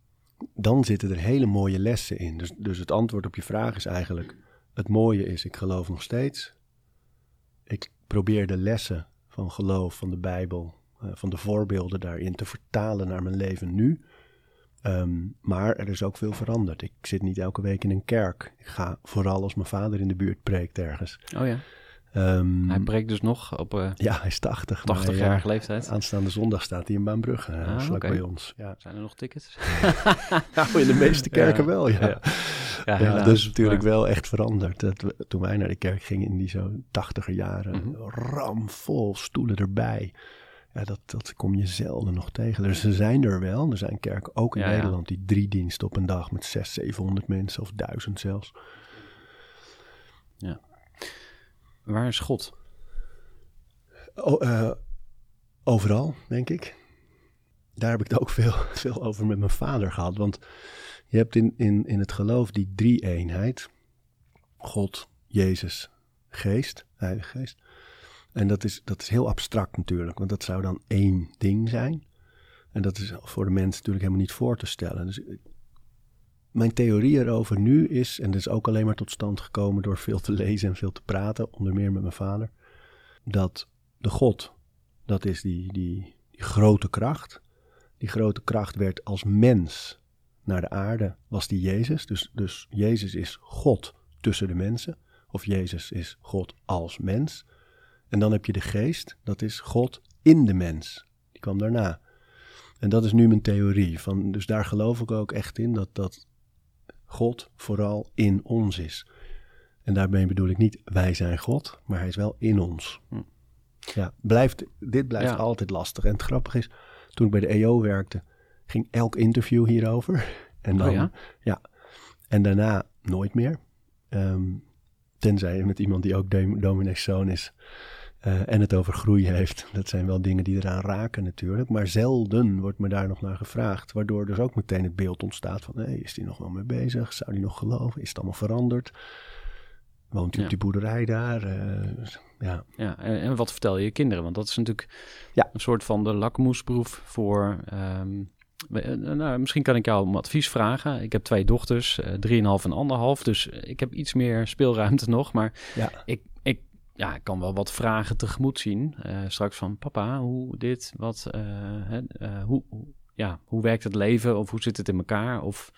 dan zitten er hele mooie lessen in. Dus, dus het antwoord op je vraag is eigenlijk, het mooie is, ik geloof nog steeds. Ik probeer de lessen van geloof, van de Bijbel, uh, van de voorbeelden daarin te vertalen naar mijn leven nu. Um, maar er is ook veel veranderd. Ik zit niet elke week in een kerk. Ik ga vooral als mijn vader in de buurt preekt ergens. Oh ja. Um, hij preekt dus nog op uh, ja, hij is tachtig. tachtig-jarige ja, leeftijd. Aanstaande zondag staat hij in Baanbrugge, uh, ah, vlak okay. bij ons. Ja. Zijn er nog tickets? Nou, in de meeste kerken ja. wel, ja. ja. ja, ja ja dat is natuurlijk maar... wel echt veranderd. Dat we, toen wij naar de kerk gingen in die zo tachtiger jaren, mm-hmm. ramvol, stoelen erbij. Ja, dat, dat kom je zelden nog tegen. Dus ze zijn er wel. Er zijn kerken ook in ja, Nederland ja. die drie diensten op een dag met zes, zevenhonderd mensen of duizend zelfs. Ja. Waar is God? O, uh, overal, denk ik. Daar heb ik het ook veel, veel over met mijn vader gehad. Want je hebt in, in, in het geloof die drie-eenheid. God, Jezus, Geest, Heilige Geest. En dat is, dat is heel abstract natuurlijk, want dat zou dan één ding zijn. En dat is voor de mens natuurlijk helemaal niet voor te stellen. Dus mijn theorie erover nu is, en dat is ook alleen maar tot stand gekomen door veel te lezen en veel te praten, onder meer met mijn vader, dat de God, dat is die, die, die grote kracht. Die grote kracht werd als mens naar de aarde, was die Jezus. Dus, dus Jezus is God tussen de mensen, of Jezus is God als mens. En dan heb je de geest, dat is God in de mens. Die kwam daarna. En dat is nu mijn theorie. Van, dus daar geloof ik ook echt in, dat, dat God vooral in ons is. En daarmee bedoel ik niet, wij zijn God, maar hij is wel in ons. Hm. Ja, blijft, dit blijft ja. altijd lastig. En het grappige is, toen ik bij de E O werkte, ging elk interview hierover. En dan, oh ja? Ja. En daarna nooit meer. Um, tenzij je met iemand die ook dominees zoon is, Uh, en het over groei heeft. Dat zijn wel dingen die eraan raken natuurlijk. Maar zelden wordt me daar nog naar gevraagd. Waardoor dus ook meteen het beeld ontstaat van, hey, is die nog wel mee bezig? Zou die nog geloven? Is het allemaal veranderd? Woont hij ja. op die boerderij daar? Uh, ja. ja en, en wat vertel je je kinderen? Want dat is natuurlijk ja. een soort van de lakmoesproef voor... Um, nou, misschien kan ik jou om advies vragen. Ik heb twee dochters, uh, drieënhalf en anderhalf. Dus ik heb iets meer speelruimte nog. Maar ja. ik, ik Ja, ik kan wel wat vragen tegemoet zien. Uh, straks van papa, hoe dit, wat, uh, hè, uh, hoe, hoe, ja, hoe werkt het leven? Of hoe zit het in elkaar? Of,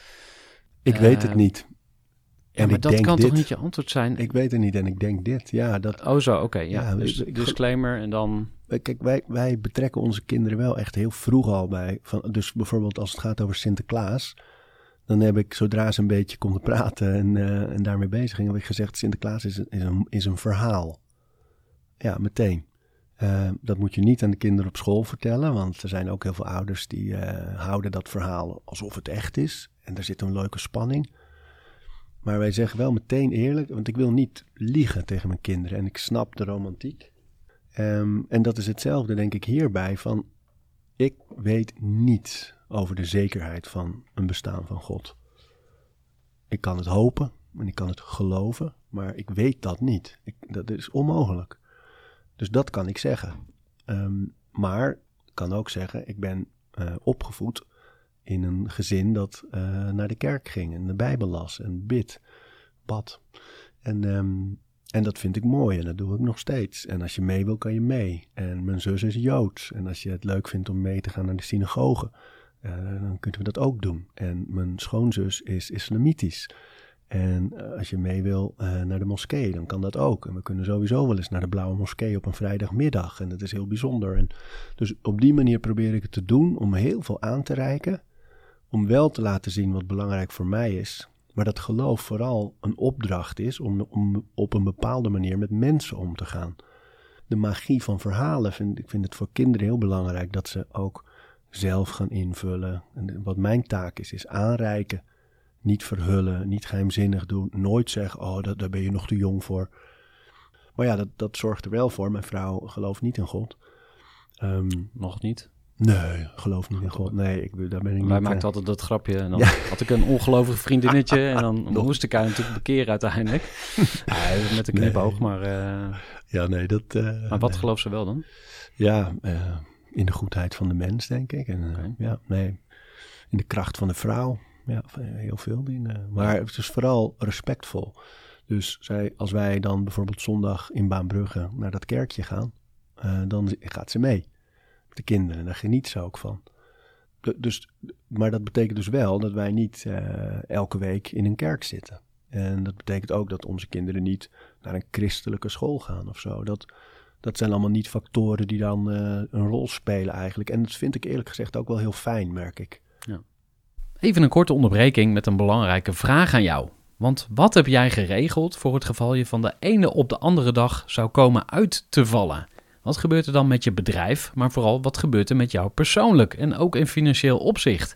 ik uh, weet het niet. Ja, en maar dat kan dit. toch niet je antwoord zijn? Ik weet het niet en ik denk dit. Ja, dat, oh zo, oké. Okay, ja. ja. Dus ik, disclaimer en dan... Kijk, wij, wij betrekken onze kinderen wel echt heel vroeg al bij. Van, dus bijvoorbeeld als het gaat over Sinterklaas, dan heb ik, zodra ze een beetje konden praten en, uh, en daarmee bezig gingen, heb ik gezegd, Sinterklaas is, is, een, is een verhaal. Ja, meteen. Uh, dat moet je niet aan de kinderen op school vertellen, want er zijn ook heel veel ouders die uh, houden dat verhaal alsof het echt is. En daar zit een leuke spanning. Maar wij zeggen wel meteen eerlijk, want ik wil niet liegen tegen mijn kinderen en ik snap de romantiek. Um, en dat is hetzelfde, denk ik, hierbij van, ik weet niets over de zekerheid van een bestaan van God. Ik kan het hopen en ik kan het geloven, maar ik weet dat niet. Ik, dat is onmogelijk. Dus dat kan ik zeggen. Um, maar ik kan ook zeggen, ik ben uh, opgevoed in een gezin dat uh, naar de kerk ging en de Bijbel las en bid, bad. En, um, en dat vind ik mooi en dat doe ik nog steeds. En als je mee wil, kan je mee. En mijn zus is Joods. En als je het leuk vindt om mee te gaan naar de synagoge, Uh, dan kunnen we dat ook doen. En mijn schoonzus is islamitisch. En uh, als je mee wil uh, naar de moskee, dan kan dat ook. En we kunnen sowieso wel eens naar de Blauwe Moskee op een vrijdagmiddag. En dat is heel bijzonder. En dus op die manier probeer ik het te doen om heel veel aan te reiken. Om wel te laten zien wat belangrijk voor mij is. Maar dat geloof vooral een opdracht is om, om op een bepaalde manier met mensen om te gaan. De magie van verhalen, vind, ik vind het voor kinderen heel belangrijk dat ze ook zelf gaan invullen. En wat mijn taak is, is aanreiken. Niet verhullen, niet geheimzinnig doen. Nooit zeggen, oh, dat, daar ben je nog te jong voor. Maar ja, dat, dat zorgt er wel voor. Mijn vrouw gelooft niet in God. Um, nog niet? Nee, geloof niet in God. Nee, ik, daar ben ik niet. Wij maakten altijd dat grapje. En dan ja. had ik een ongelovig vriendinnetje. En dan moest ik haar natuurlijk bekeren uiteindelijk. Ja, met een knipoog, nee. maar... Uh, ja, nee, dat... Uh, maar wat nee. gelooft ze wel dan? Ja, uh, in de goedheid van de mens, denk ik. En, uh, okay. ja, nee, in de kracht van de vrouw. Ja, heel veel dingen. Maar het is vooral respectvol. Dus zij, als wij dan bijvoorbeeld zondag in Baanbrugge naar dat kerkje gaan, uh, dan gaat ze mee. de kinderen. Daar geniet ze ook van. De, dus, maar dat betekent dus wel dat wij niet uh, elke week in een kerk zitten. En dat betekent ook dat onze kinderen niet naar een christelijke school gaan of zo. Dat, dat zijn allemaal niet factoren die dan uh, een rol spelen eigenlijk. En dat vind ik eerlijk gezegd ook wel heel fijn, merk ik. Ja. Even een korte onderbreking met een belangrijke vraag aan jou. Want wat heb jij geregeld voor het geval je van de ene op de andere dag zou komen uit te vallen? Wat gebeurt er dan met je bedrijf, maar vooral wat gebeurt er met jou persoonlijk en ook in financieel opzicht?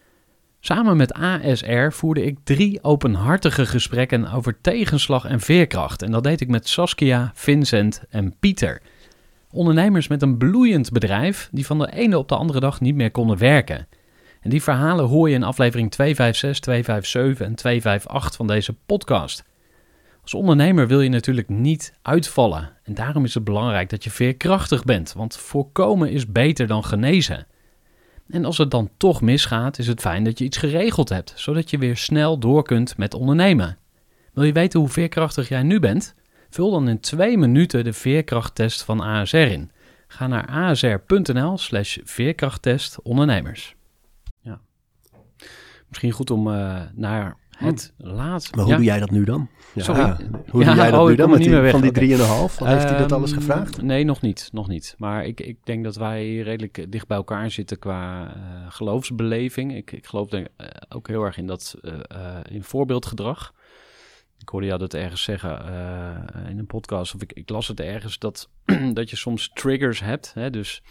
Samen met A S R voerde ik drie openhartige gesprekken over tegenslag en veerkracht. En dat deed ik met Saskia, Vincent en Pieter. Ondernemers met een bloeiend bedrijf die van de ene op de andere dag niet meer konden werken. En die verhalen hoor je in aflevering tweehonderdvijfenzestig, tweehonderdzevenenvijftig en tweehonderdachtenvijftig van deze podcast. Als ondernemer wil je natuurlijk niet uitvallen. En daarom is het belangrijk dat je veerkrachtig bent, want voorkomen is beter dan genezen. En als het dan toch misgaat, is het fijn dat je iets geregeld hebt, zodat je weer snel door kunt met ondernemen. Wil je weten hoe veerkrachtig jij nu bent? Vul dan in twee minuten de veerkrachttest van A S R in. Ga naar asr.nl slash veerkrachttest ondernemers. Ja. Misschien goed om uh, naar het hm. laatste... Maar hoe ja. doe jij dat nu dan? Ja, Sorry. Hoe ja, doe jij dat oh, nu dan met die, van die okay. drieënhalf? Heeft hij dat um, alles gevraagd? Nee, nog niet. Nog niet. Maar ik, ik denk dat wij redelijk dicht bij elkaar zitten qua uh, geloofsbeleving. Ik, ik geloof denk, uh, ook heel erg in dat uh, uh, in voorbeeldgedrag. Ik hoorde jou dat ergens zeggen uh, in een podcast, of ik, ik las het ergens, dat, dat je soms triggers hebt. Hè? Dus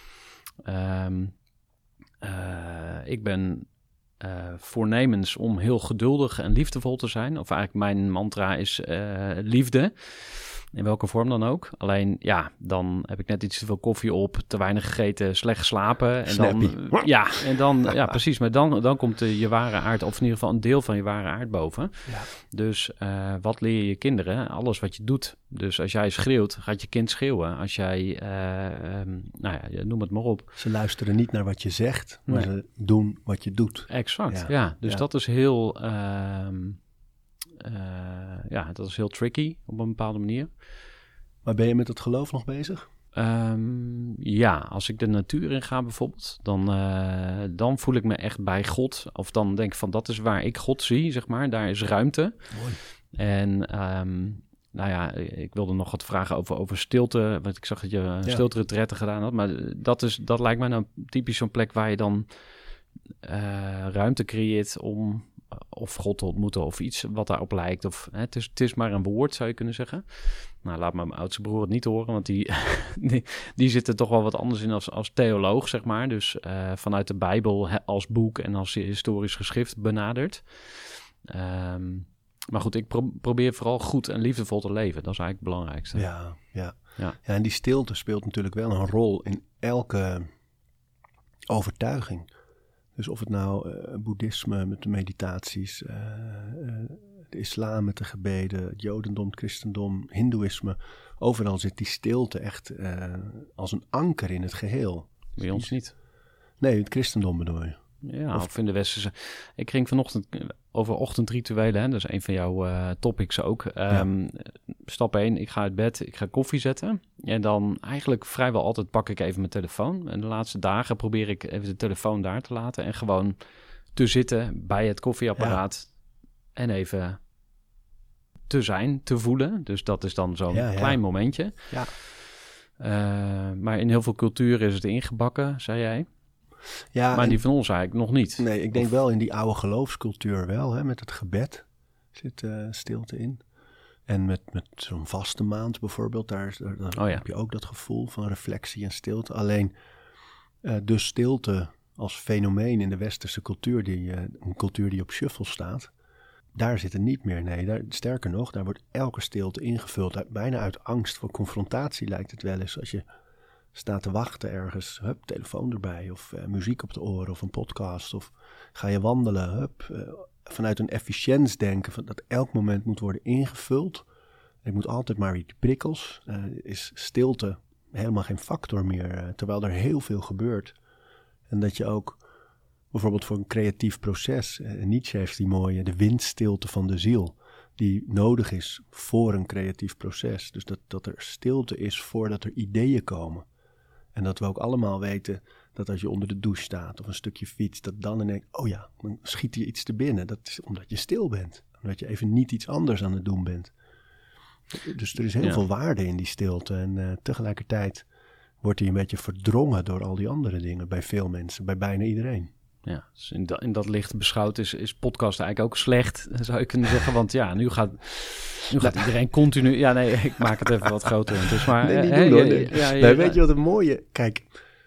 um, uh, ik ben uh, voornemens om heel geduldig en liefdevol te zijn. Of eigenlijk mijn mantra is uh, liefde. In welke vorm dan ook. Alleen, ja, dan heb ik net iets te veel koffie op, te weinig gegeten, slecht geslapen. En Snappy. dan, ja, en dan, ja, precies. Maar dan, dan komt de, je ware aard, of in ieder geval een deel van je ware aard boven. Ja. Dus uh, wat leer je je kinderen? Alles wat je doet. Dus als jij schreeuwt, gaat je kind schreeuwen. Als jij, uh, um, nou ja, noem het maar op. Ze luisteren niet naar wat je zegt, maar nee. ze doen wat je doet. Exact, ja. ja. Dus ja. dat is heel... Uh, Uh, ja, dat is heel tricky op een bepaalde manier. Maar ben je met het geloof nog bezig? Um, ja, als ik de natuur in ga bijvoorbeeld, dan, uh, dan voel ik me echt bij God. Of dan denk ik van, dat is waar ik God zie, zeg maar. Daar is ruimte. Mooi. En um, nou ja, ik wilde nog wat vragen over, over stilte. Want ik zag dat je ja. stilte-retretten gedaan had. Maar dat, is, dat lijkt mij nou typisch zo'n plek waar je dan uh, ruimte creëert om... of God te ontmoeten of iets wat daarop lijkt. Of, hè, het, is, het is maar een woord, zou je kunnen zeggen. Nou, laat maar mijn oudste broer het niet horen, want die, die, die zit er toch wel wat anders in als, als theoloog, zeg maar. Dus uh, vanuit de Bijbel he, als boek en als historisch geschrift benaderd. Um, maar goed, ik pro- probeer vooral goed en liefdevol te leven. Dat is eigenlijk het belangrijkste. Ja, ja. ja. ja en die stilte speelt natuurlijk wel een rol in elke overtuiging. Dus of het nou uh, boeddhisme met de meditaties, uh, uh, de islam met de gebeden, het jodendom, het christendom, hindoeïsme. Overal zit die stilte echt uh, als een anker in het geheel. Bij ons niet. Nee, het christendom bedoel je? Ja, of, of in de westerse... Ik ging vanochtend over ochtendrituelen, hè? Dat is een van jouw uh, topics ook. Um, ja. Stap één, ik ga uit bed, ik ga koffie zetten. En dan eigenlijk vrijwel altijd pak ik even mijn telefoon. En de laatste dagen probeer ik even de telefoon daar te laten. En gewoon te zitten bij het koffieapparaat. Ja. En even te zijn, te voelen. Dus dat is dan zo'n ja, klein ja. momentje. Ja. Uh, maar in heel veel culturen is het ingebakken, zei jij. Ja, maar en, die van ons eigenlijk nog niet. Nee, ik denk of, wel in die oude geloofscultuur wel. Hè, met het gebed zit uh, stilte in. En met, met zo'n vaste maand bijvoorbeeld, daar, daar oh ja. heb je ook dat gevoel van reflectie en stilte. Alleen uh, de stilte als fenomeen in de westerse cultuur, die, uh, een cultuur die op shuffle staat, daar zit het niet meer. Nee, daar, sterker nog, daar wordt elke stilte ingevuld. Uit, bijna uit angst voor confrontatie lijkt het wel eens. Als je staat te wachten ergens, hup, telefoon erbij. Of uh, muziek op de oren of een podcast. Of ga je wandelen, hup. Uh, vanuit een efficiëntie denken van dat elk moment moet worden ingevuld. Ik moet altijd maar weer die prikkels. Uh, is stilte helemaal geen factor meer. Uh, terwijl er heel veel gebeurt. En dat je ook bijvoorbeeld voor een creatief proces. Uh, Nietzsche heeft die mooie, de windstilte van de ziel. Die nodig is voor een creatief proces. Dus dat, dat er stilte is voordat er ideeën komen. En dat we ook allemaal weten Dat als je onder de douche staat of een stukje fiets, dat dan ineens, oh ja, dan schiet je iets te binnen. Dat is omdat je stil bent. Omdat je even niet iets anders aan het doen bent. Dus er is heel Ja. veel waarde in die stilte. En uh, tegelijkertijd wordt die een beetje verdrongen door al die andere dingen. Bij veel mensen, bij bijna iedereen. Ja, dus in, dat, in dat licht beschouwd is, is podcast eigenlijk ook slecht, zou je kunnen zeggen. Want ja, nu gaat, nu gaat iedereen continu... Ja, nee, ik maak het even wat groter. Dus maar, Nee, niet eh, doen, hè, hoor. ja, Nee. ja, ja, Nee, ja. weet je wat het mooie... Kijk,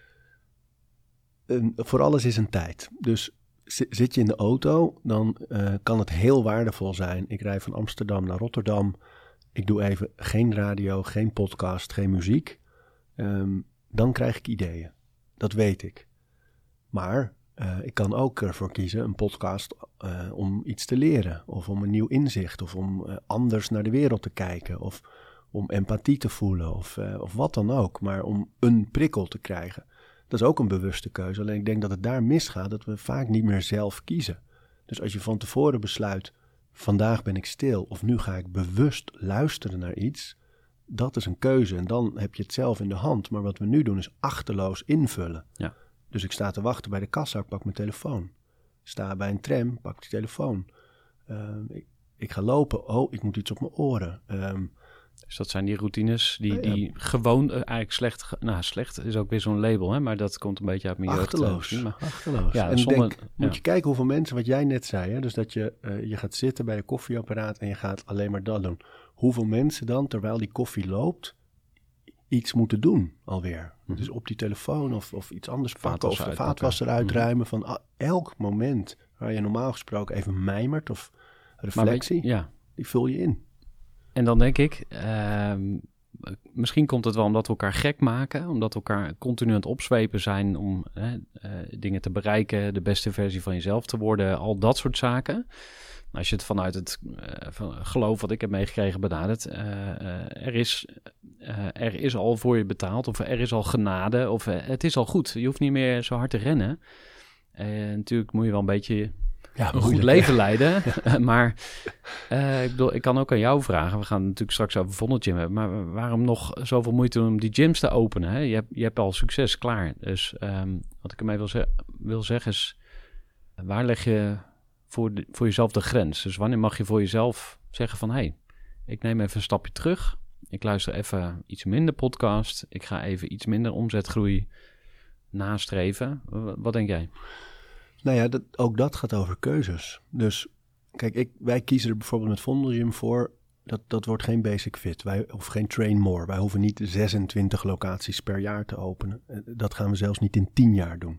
een, voor alles is een tijd. Dus zi- zit je in de auto, dan uh, kan het heel waardevol zijn. Ik rij van Amsterdam naar Rotterdam. Ik doe even geen radio, geen podcast, geen muziek. Um, dan krijg ik ideeën. Dat weet ik. Maar uh, ik kan ook ervoor kiezen, een podcast, uh, om iets te leren. Of om een nieuw inzicht. Of om uh, anders naar de wereld te kijken. Of om empathie te voelen. Of, uh, of wat dan ook. Maar om een prikkel te krijgen. Dat is ook een bewuste keuze. Alleen ik denk dat het daar misgaat, dat we vaak niet meer zelf kiezen. Dus als je van tevoren besluit, vandaag ben ik stil. Of nu ga ik bewust luisteren naar iets. Dat is een keuze en dan heb je het zelf in de hand. Maar wat we nu doen is achterloos invullen. Ja. Dus ik sta te wachten bij de kassa, ik pak mijn telefoon. Sta bij een tram, pak die telefoon. Uh, ik, ik ga lopen, oh, ik moet iets op mijn oren. Um, Dus dat zijn die routines die, Ja, ja. die gewoon uh, eigenlijk slecht... ge- Nou, slecht is ook weer zo'n label, hè? Maar dat komt een beetje uit mijn jeugd. uh, achterloos, misschien, maar- achterloos. Ja, en zonder- denk, ja. moet je kijken hoeveel mensen, wat jij net zei, hè? Dus dat je, uh, je gaat zitten bij je koffieapparaat en je gaat alleen maar dat doen. Hoeveel mensen dan, terwijl die koffie loopt, iets moeten doen alweer. Mhm. Dus op die telefoon of, of iets anders pakken Vaatwasser of de uitpakken. vaatwasser uitruimen. Van ah, elk moment waar je normaal gesproken even mijmert of Maar weet reflectie, je- ja. die vul je in. En dan denk ik, ehm, misschien komt het wel omdat we elkaar gek maken, omdat we elkaar continu aan het opzwepen zijn om hè, eh, dingen te bereiken, de beste versie van jezelf te worden, al dat soort zaken. Als je het vanuit het eh, van geloof wat ik heb meegekregen benadert, uh, uh, er, is, uh, er is al voor je betaald of er is al genade of uh, het is al goed. Je hoeft niet meer zo hard te rennen. En natuurlijk moet je wel een beetje Ja, een goed leven leiden. Maar uh, ik bedoel, ik kan ook aan jou vragen. We gaan het natuurlijk straks over Vondelgym hebben. Maar waarom nog zoveel moeite om die gyms te openen? Hè? Je, hebt, je hebt al succes, klaar. Dus um, wat ik ermee wil, ze- wil zeggen is, waar leg je voor, de, voor jezelf de grens? Dus wanneer mag je voor jezelf zeggen van, hé, hey, ik neem even een stapje terug. Ik luister even iets minder podcast. Ik ga even iets minder omzetgroei nastreven. Wat, wat denk jij? Nou ja, dat, ook dat gaat over keuzes. Dus kijk, ik, wij kiezen er bijvoorbeeld met Vondelgym voor, dat, dat wordt geen basic fit, wij, of geen train more. Wij hoeven niet zesentwintig locaties per jaar te openen. Dat gaan we zelfs niet in tien jaar doen.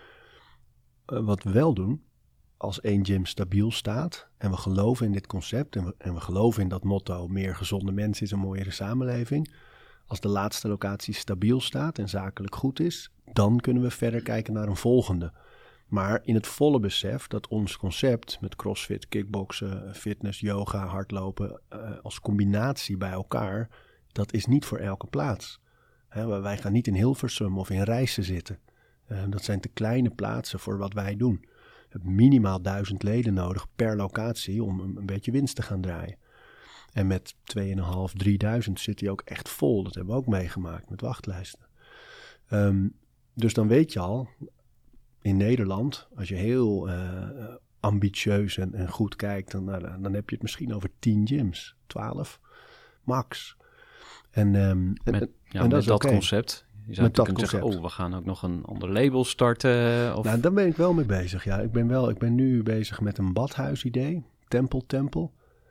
Uh, wat we wel doen, als één gym stabiel staat en we geloven in dit concept en we, en we geloven in dat motto, meer gezonde mensen is een mooiere samenleving. Als de laatste locatie stabiel staat en zakelijk goed is, dan kunnen we verder kijken naar een volgende. Maar in het volle besef dat ons concept met crossfit, kickboksen, fitness, yoga, hardlopen uh, als combinatie bij elkaar, dat is niet voor elke plaats. He, wij gaan niet in Hilversum of in Rijssen zitten. Uh, dat zijn te kleine plaatsen voor wat wij doen. Je hebt minimaal duizend leden nodig per locatie om een, een beetje winst te gaan draaien. En met tweeënhalf, drieduizend zit hij ook echt vol. Dat hebben we ook meegemaakt met wachtlijsten. Um, dus dan weet je al, in Nederland, als je heel uh, ambitieus en, en goed kijkt, dan, nou, dan heb je het misschien over tien gyms, twaalf, max. En, um, Met, en, ja, en dat met is dat okay. concept. Je zou Met dat kunnen zeggen, concept. oh, we gaan ook nog een ander label starten. Of... Nou, daar ben ik wel mee bezig, ja. Ik ben, wel, ik ben nu bezig met een badhuisidee, Tempel Tempel.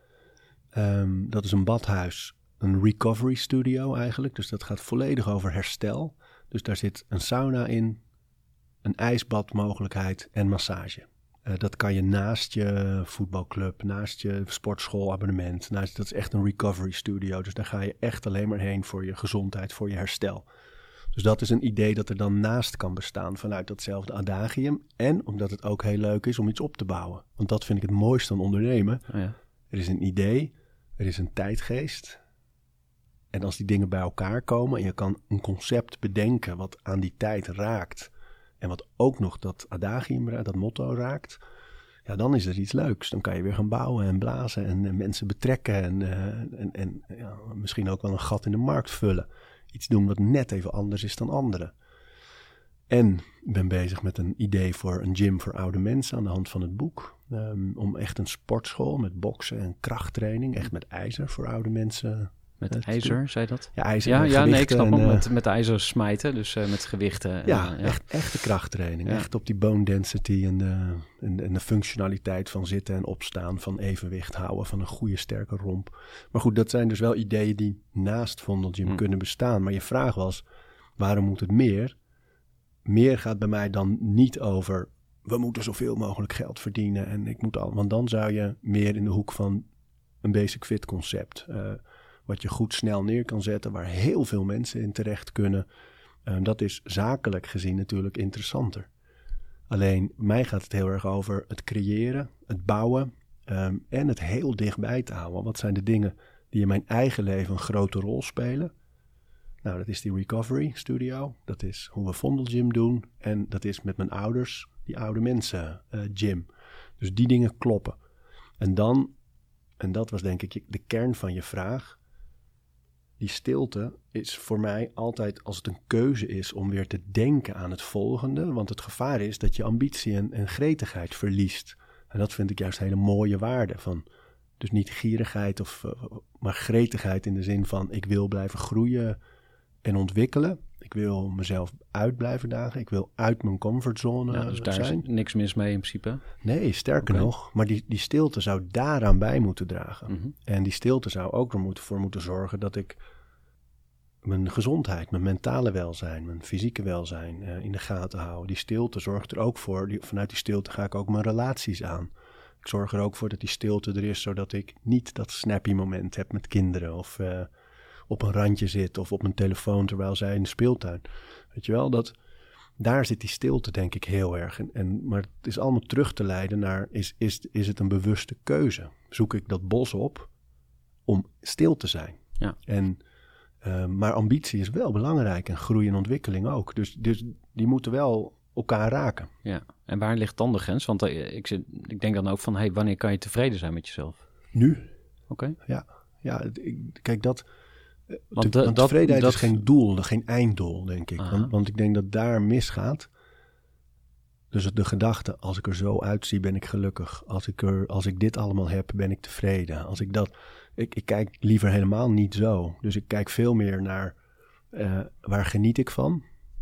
Um, dat is een badhuis, een recovery studio eigenlijk. Dus dat gaat volledig over herstel. Dus daar zit een sauna in, een ijsbadmogelijkheid en massage. Uh, dat kan je naast je voetbalclub, naast je sportschoolabonnement. Naast, dat is echt een recovery studio. Dus daar ga je echt alleen maar heen voor je gezondheid, voor je herstel. Dus dat is een idee dat er dan naast kan bestaan vanuit datzelfde adagium. En omdat het ook heel leuk is om iets op te bouwen. Want dat vind ik het mooiste aan ondernemen. Oh ja. Er is een idee, er is een tijdgeest. En als die dingen bij elkaar komen en je kan een concept bedenken wat aan die tijd raakt. En wat ook nog dat adagium, dat motto raakt. Ja, dan is er iets leuks. Dan kan je weer gaan bouwen en blazen en, en mensen betrekken. En, uh, en, en ja, misschien ook wel een gat in de markt vullen. Iets doen wat net even anders is dan anderen. En ik ben bezig met een idee voor een gym voor oude mensen aan de hand van het boek. Um, om echt een sportschool met boksen en krachttraining, echt met ijzer voor oude mensen. Met uh, ijzer, zei dat? Ja, ijzer. Ja, ja nee, ik snap en, hem. uh, Met, met ijzer smijten, dus uh, met gewichten. Ja, en, uh, ja. Echt, echte krachttraining. Ja. Echt op die bone density en de, en, en de functionaliteit van zitten en opstaan, van evenwicht houden, van een goede sterke romp. Maar goed, dat zijn dus wel ideeën die naast Vondel Gym hmm. kunnen bestaan. Maar je vraag was, waarom moet het meer? Meer gaat bij mij dan niet over, we moeten zoveel mogelijk geld verdienen en ik moet al. Want dan zou je meer in de hoek van een basic fit concept, uh, wat je goed snel neer kan zetten, waar heel veel mensen in terecht kunnen. Uh, dat is zakelijk gezien natuurlijk interessanter. Alleen, mij gaat het heel erg over het creëren, het bouwen um, en het heel dichtbij te houden. Wat zijn de dingen die in mijn eigen leven een grote rol spelen? Nou, dat is die recovery studio. Dat is hoe we Vondel Gym doen. En dat is met mijn ouders, die oude mensen uh, gym. Dus die dingen kloppen. En dan, en dat was denk ik de kern van je vraag. Die stilte is voor mij altijd, als het een keuze is om weer te denken aan het volgende. Want het gevaar is dat je ambitie en, en gretigheid verliest. En dat vind ik juist hele mooie waarden van. Dus niet gierigheid, of, uh, maar gretigheid in de zin van ik wil blijven groeien en ontwikkelen. Ik wil mezelf uit blijven dagen. Ik wil uit mijn comfortzone ja, dus daar zijn. is niks mis mee in principe. Nee, sterker okay. nog. Maar die, die stilte zou daaraan bij moeten dragen. Mm-hmm. En die stilte zou ook er moeten, voor moeten zorgen dat ik mijn gezondheid, mijn mentale welzijn, mijn fysieke welzijn uh, in de gaten hou. Die stilte zorgt er ook voor. Die, vanuit die stilte ga ik ook mijn relaties aan. Ik zorg er ook voor dat die stilte er is, zodat ik niet dat snappy moment heb met kinderen of uh, op een randje zit of op mijn telefoon terwijl zij in de speeltuin. Weet je wel, dat, daar zit die stilte denk ik heel erg. En, en, maar het is allemaal terug te leiden naar, is, is, is het een bewuste keuze? Zoek ik dat bos op om stil te zijn? Ja. En, uh, maar ambitie is wel belangrijk en groei en ontwikkeling ook. Dus, dus die moeten wel elkaar raken. Ja, en waar ligt dan de grens? Want uh, ik, zit, ik denk dan ook van, hey, wanneer kan je tevreden zijn met jezelf? Nu. Oké. Okay. Ja, ja ik, kijk dat... Want, te, de, want dat, tevredenheid dat... is geen doel, geen einddoel, denk ik. Want, want ik denk dat daar misgaat. Dus de gedachte, als ik er zo uitzie, ben ik gelukkig. Als ik, er, als ik dit allemaal heb, ben ik tevreden. Als ik dat... Ik, ik kijk liever helemaal niet zo. Dus ik kijk veel meer naar, uh, waar geniet ik van?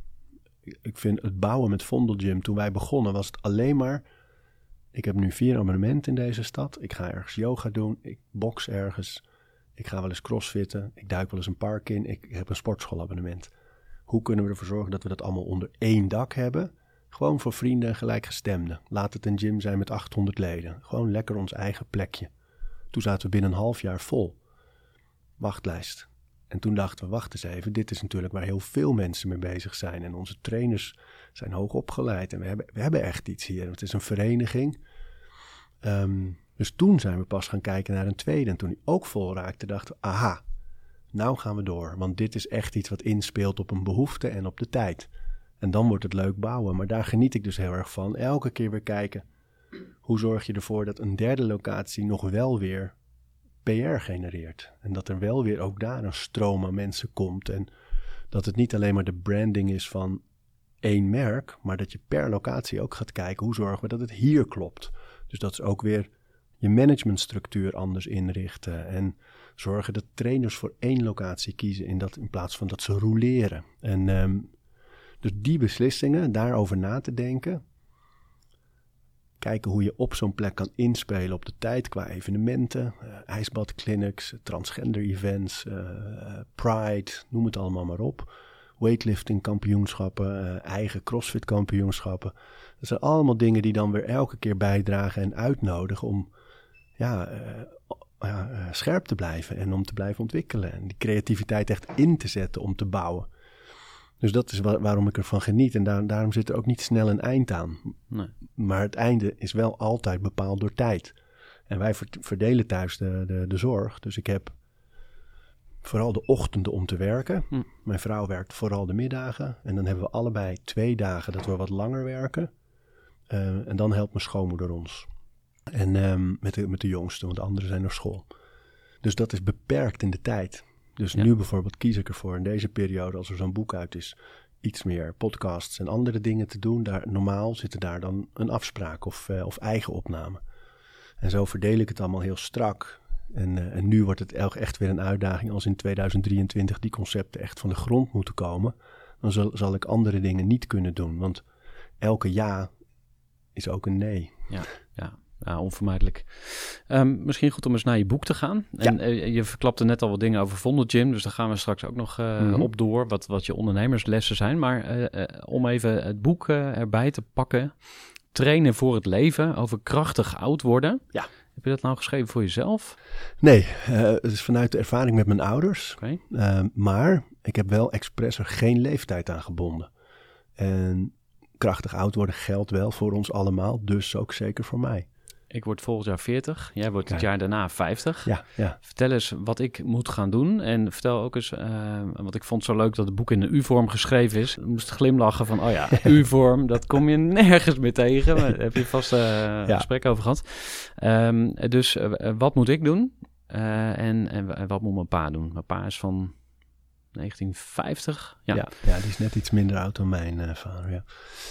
Ik vind het bouwen met Vondel Gym, toen wij begonnen, was het alleen maar... Ik heb nu vier abonnementen in deze stad. Ik ga ergens yoga doen. Ik box ergens. Ik ga wel eens crossfitten. Ik duik wel eens een park in. Ik heb een sportschoolabonnement. Hoe kunnen we ervoor zorgen dat we dat allemaal onder één dak hebben? Gewoon voor vrienden en gelijkgestemden. Laat het een gym zijn met achthonderd leden. Gewoon lekker ons eigen plekje. Toen zaten we binnen een half jaar vol. Wachtlijst. En toen dachten we, wacht eens even. Dit is natuurlijk waar heel veel mensen mee bezig zijn. En onze trainers zijn hoog opgeleid. En we hebben, we hebben echt iets hier. Het is een vereniging. Um, dus toen zijn we pas gaan kijken naar een tweede. En toen die ook vol raakte, dachten we, aha, nou gaan we door. Want dit is echt iets wat inspeelt op een behoefte en op de tijd. En dan wordt het leuk bouwen. Maar daar geniet ik dus heel erg van. Elke keer weer kijken, hoe zorg je ervoor dat een derde locatie nog wel weer P R genereert. En dat er wel weer ook daar een stroom aan mensen komt. En dat het niet alleen maar de branding is van één merk, maar dat je per locatie ook gaat kijken, hoe zorgen we dat het hier klopt. Dus dat is ook weer je managementstructuur anders inrichten. En zorgen dat trainers voor één locatie kiezen in, dat, in plaats van dat ze roleren. En um, dus die beslissingen, daarover na te denken. Kijken hoe je op zo'n plek kan inspelen op de tijd qua evenementen, uh, ijsbadclinics, transgender events, uh, Pride, noem het allemaal maar op. Weightlifting kampioenschappen, uh, eigen crossfit kampioenschappen. Dat zijn allemaal dingen die dan weer elke keer bijdragen en uitnodigen om ja, uh, uh, uh, scherp te blijven en om te blijven ontwikkelen. En die creativiteit echt in te zetten om te bouwen. Dus dat is wa- waarom ik ervan geniet. En daar, daarom zit er ook niet snel een eind aan. Nee. Maar het einde is wel altijd bepaald door tijd. En wij ver- verdelen thuis de, de, de zorg. Dus ik heb vooral de ochtenden om te werken. Hm. Mijn vrouw werkt vooral de middagen. En dan hebben we allebei twee dagen dat we wat langer werken. Uh, en dan helpt mijn schoonmoeder ons. En um, met, de, met de jongste, want de anderen zijn naar school. Dus dat is beperkt in de tijd. Dus ja. Nu bijvoorbeeld kies ik ervoor in deze periode, als er zo'n boek uit is, iets meer podcasts en andere dingen te doen. Daar, normaal zitten daar dan een afspraak of, uh, of eigen opname. En zo verdeel ik het allemaal heel strak. En, uh, en nu wordt het echt weer een uitdaging als in tweeduizend drieëntwintig die concepten echt van de grond moeten komen. Dan zal, zal ik andere dingen niet kunnen doen. Want elke ja is ook een nee. Ja, ja. Ja, onvermijdelijk. Um, misschien goed om eens naar je boek te gaan. En ja. uh, je verklapte net al wat dingen over Vondelgym, dus daar gaan we straks ook nog uh, mm-hmm. op door, wat, wat je ondernemerslessen zijn. Maar uh, uh, om even het boek uh, erbij te pakken, Trainen voor het leven, over krachtig oud worden. Ja. Heb je dat nou geschreven voor jezelf? Nee, uh, het is vanuit de ervaring met mijn ouders. Okay. Uh, maar ik heb wel expres er geen leeftijd aan gebonden. En krachtig oud worden geldt wel voor ons allemaal, dus ook zeker voor mij. Ik word volgend jaar veertig. Jij wordt het ja. jaar daarna vijftig. Ja, ja. Vertel eens wat ik moet gaan doen. En vertel ook eens, uh, want ik vond het zo leuk dat het boek in de U-vorm geschreven is. Ik moest glimlachen van, oh ja, U-vorm, dat kom je nergens meer tegen. Daar heb je vast uh, ja. een gesprek over gehad. Um, dus uh, wat moet ik doen? Uh, en, en wat moet mijn pa doen? Mijn pa is van negentien vijftig. Ja, ja, ja die is net iets minder oud dan mijn uh, vader. Ja.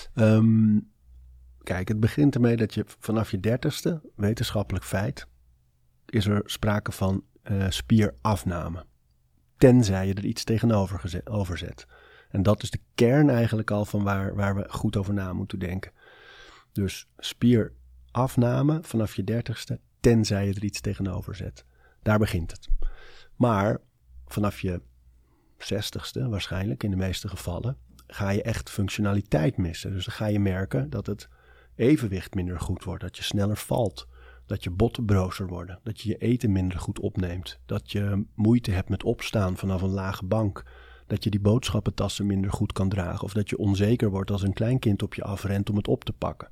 Um, Kijk, het begint ermee dat je vanaf je dertigste, wetenschappelijk feit, is er sprake van uh, spierafname. Tenzij je er iets tegenover gezet, overzet. En dat is de kern eigenlijk al van waar, waar we goed over na moeten denken. Dus spierafname vanaf je dertigste, tenzij je er iets tegenover zet. Daar begint het. Maar vanaf je zestigste, waarschijnlijk in de meeste gevallen, ga je echt functionaliteit missen. Dus dan ga je merken dat het evenwicht minder goed wordt, dat je sneller valt, dat je botten brozer worden, dat je je eten minder goed opneemt, dat je moeite hebt met opstaan vanaf een lage bank, dat je die boodschappentassen minder goed kan dragen of dat je onzeker wordt als een kleinkind op je afrent om het op te pakken.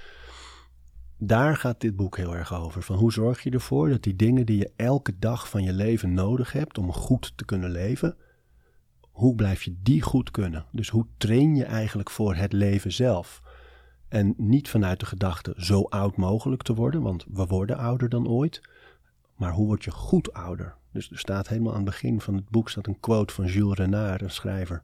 Daar gaat dit boek heel erg over, van hoe zorg je ervoor dat die dingen die je elke dag van je leven nodig hebt om goed te kunnen leven, hoe blijf je die goed kunnen? Dus hoe train je eigenlijk voor het leven zelf? En niet vanuit de gedachte zo oud mogelijk te worden, want we worden ouder dan ooit. Maar hoe word je goed ouder? Dus er staat helemaal aan het begin van het boek staat een quote van Jules Renard, een schrijver.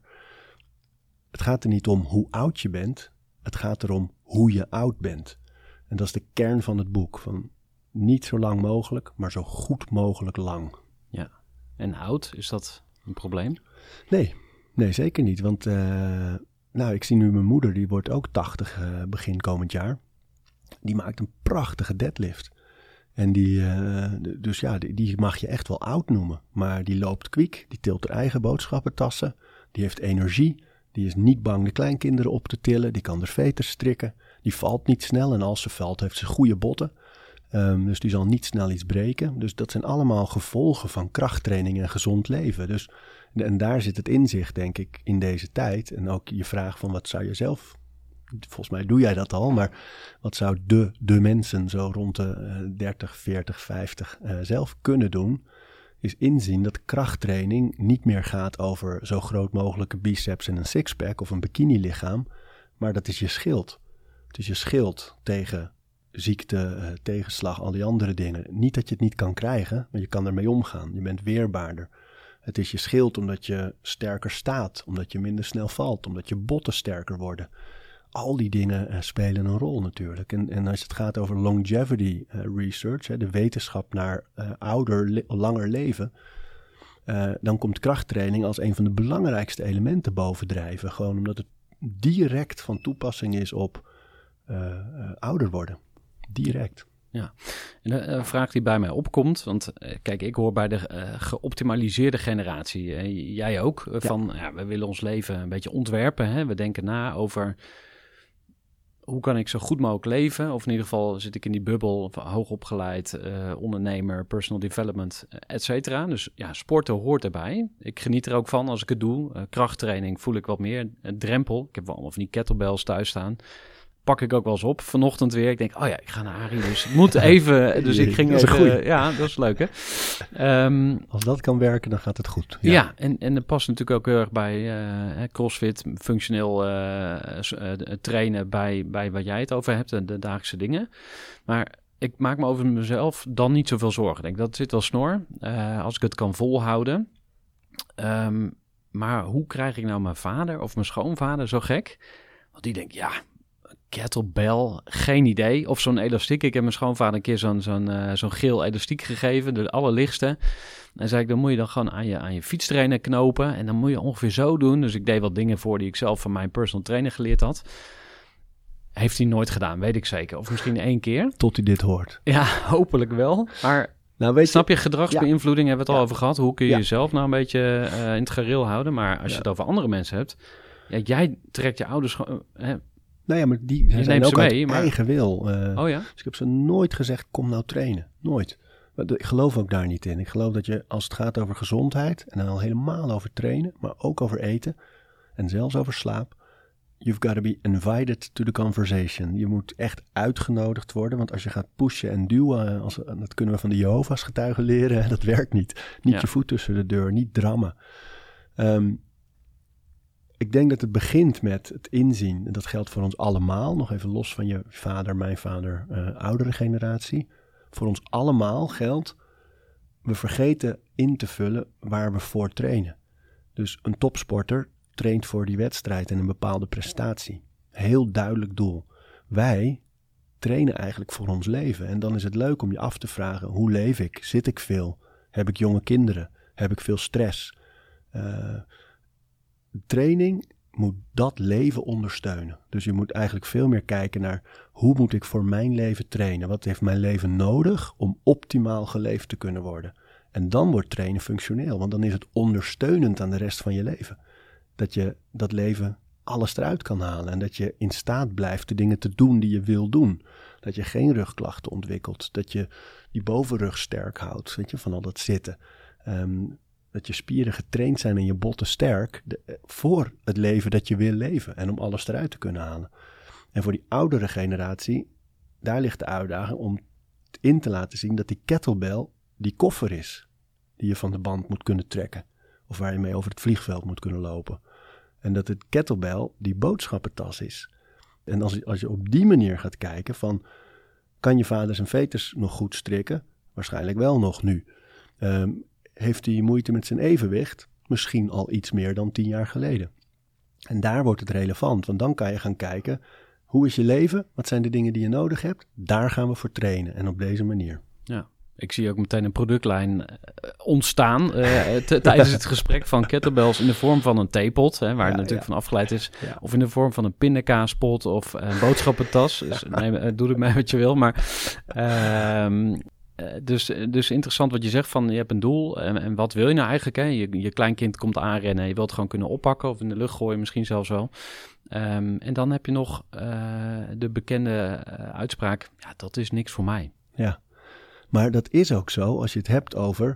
Het gaat er niet om hoe oud je bent, het gaat erom hoe je oud bent. En dat is de kern van het boek, van niet zo lang mogelijk, maar zo goed mogelijk lang. Ja, en oud, is dat een probleem? Nee, nee zeker niet, want... Uh, Nou, ik zie nu mijn moeder, die wordt ook tachtig uh, begin komend jaar. Die maakt een prachtige deadlift. En die, uh, dus ja, die, die mag je echt wel oud noemen. Maar die loopt kwiek, die tilt haar eigen boodschappentassen. Die heeft energie, die is niet bang de kleinkinderen op te tillen. Die kan er veters strikken, die valt niet snel. En als ze valt, heeft ze goede botten. Um, dus die zal niet snel iets breken. Dus dat zijn allemaal gevolgen van krachttraining en gezond leven. Dus... En daar zit het inzicht, denk ik, in deze tijd. En ook je vraag van wat zou je zelf, volgens mij doe jij dat al, maar wat zou de, de mensen zo rond de uh, dertig, veertig, vijftig uh, zelf kunnen doen, is inzien dat krachttraining niet meer gaat over zo groot mogelijke biceps en een sixpack of een bikini-lichaam, maar dat is je schild. Het is je schild tegen ziekte, uh, tegenslag, al die andere dingen. Niet dat je het niet kan krijgen, maar je kan ermee omgaan. Je bent weerbaarder. Het is je schild omdat je sterker staat, omdat je minder snel valt, omdat je botten sterker worden. Al die dingen uh, spelen een rol natuurlijk. En, en als het gaat over longevity uh, research, hè, de wetenschap naar uh, ouder, le- langer leven, uh, dan komt krachttraining als een van de belangrijkste elementen bovendrijven. Gewoon omdat het direct van toepassing is op uh, uh, ouder worden. Direct. Ja, en een vraag die bij mij opkomt, want uh, kijk, ik hoor bij de uh, geoptimaliseerde generatie, uh, jij ook, uh, ja. van ja, we willen ons leven een beetje ontwerpen. Hè? We denken na over hoe kan ik zo goed mogelijk leven, of in ieder geval zit ik in die bubbel, hoogopgeleid, uh, ondernemer, personal development, et cetera. Dus ja, sporten hoort erbij. Ik geniet er ook van als ik het doe. Uh, krachttraining voel ik wat meer. Een drempel, ik heb wel allemaal van die kettlebells thuis staan. Pak ik ook wel eens op. Vanochtend weer. Ik denk, oh ja, ik ga naar Arie, dus ik moet even. Dus ik ging dat is even. een goeie. Ja, dat is leuk, hè? Um, Als dat kan werken, dan gaat het goed. Ja, ja en, en dat past natuurlijk ook heel erg bij uh, CrossFit, functioneel uh, uh, trainen bij, bij wat jij het over hebt, de, de dagelijkse dingen. Maar ik maak me over mezelf dan niet zoveel zorgen. Ik denk, dat zit wel snor. Uh, als ik het kan volhouden. Um, maar hoe krijg ik nou mijn vader of mijn schoonvader zo gek? Want die denkt, ja, kettlebell, geen idee. Of zo'n elastiek. Ik heb mijn schoonvader een keer zo'n, zo'n, uh, zo'n geel elastiek gegeven, de allerlichtste. En zei ik, dan moet je dan gewoon aan je, aan je fietstrainer knopen. En dan moet je ongeveer zo doen. Dus ik deed wat dingen voor die ik zelf van mijn personal trainer geleerd had. Heeft hij nooit gedaan, weet ik zeker. Of misschien één keer. Tot hij dit hoort. Ja, hopelijk wel. Maar nou, weet snap je, je, gedragsbeïnvloeding hebben we het ja. al over gehad. Hoe kun je ja. jezelf nou een beetje uh, in het gareel houden? Maar als je ja. het over andere mensen hebt. Ja, jij trekt je ouders gewoon... Uh, Nou ja, maar die zijn neemt ook ze mee, uit maar... eigen wil. Uh, oh ja? Dus ik heb ze nooit gezegd, kom nou trainen. Nooit. Ik geloof ook daar niet in. Ik geloof dat je, als het gaat over gezondheid, en dan al helemaal over trainen, maar ook over eten, en zelfs over slaap, you've got to be invited to the conversation. Je moet echt uitgenodigd worden, want als je gaat pushen en duwen, als, dat kunnen we van de Jehovah's getuigen leren, dat werkt niet. Niet ja. je voet tussen de deur, niet drammen. Um, Ik denk dat het begint met het inzien, en dat geldt voor ons allemaal, nog even los van je vader, mijn vader, uh, oudere generatie. Voor ons allemaal geldt, we vergeten in te vullen waar we voor trainen. Dus een topsporter traint voor die wedstrijd en een bepaalde prestatie. Heel duidelijk doel. Wij trainen eigenlijk voor ons leven. En dan is het leuk om je af te vragen, hoe leef ik? Zit ik veel? Heb ik jonge kinderen? Heb ik veel stress? Uh, Training moet dat leven ondersteunen. Dus je moet eigenlijk veel meer kijken naar hoe moet ik voor mijn leven trainen? Wat heeft mijn leven nodig om optimaal geleefd te kunnen worden? En dan wordt trainen functioneel, want dan is het ondersteunend aan de rest van je leven. Dat je dat leven alles eruit kan halen en dat je in staat blijft de dingen te doen die je wil doen. Dat je geen rugklachten ontwikkelt, dat je die bovenrug sterk houdt, weet je, van al dat zitten. Um, Dat je spieren getraind zijn en je botten sterk de, voor het leven dat je wil leven en om alles eruit te kunnen halen. En voor die oudere generatie, daar ligt de uitdaging om in te laten zien dat die kettlebell die koffer is die je van de band moet kunnen trekken of waar je mee over het vliegveld moet kunnen lopen. En dat het kettlebell die boodschappentas is. En als, als je op die manier gaat kijken van, kan je vader zijn veters nog goed strikken? Waarschijnlijk wel nog nu. Um, Heeft hij moeite met zijn evenwicht? Misschien al iets meer dan tien jaar geleden. En daar wordt het relevant, want dan kan je gaan kijken, hoe is je leven? Wat zijn de dingen die je nodig hebt? Daar gaan we voor trainen en op deze manier. Ja, ik zie ook meteen een productlijn ontstaan uh, t- tijdens het gesprek van kettlebells in de vorm van een theepot, hè, waar ja, het natuurlijk ja. van afgeleid is. Ja. Of in de vorm van een pindakaaspot of een boodschappentas. Dus nee, doe er mee wat je wil, maar... Uh, Uh, dus, dus interessant wat je zegt van je hebt een doel en, en wat wil je nou eigenlijk? Hè? Je, je kleinkind komt aanrennen en je wilt het gewoon kunnen oppakken of in de lucht gooien misschien zelfs wel. Um, en dan heb je nog uh, de bekende uh, uitspraak, ja, dat is niks voor mij. Ja, maar dat is ook zo als je het hebt over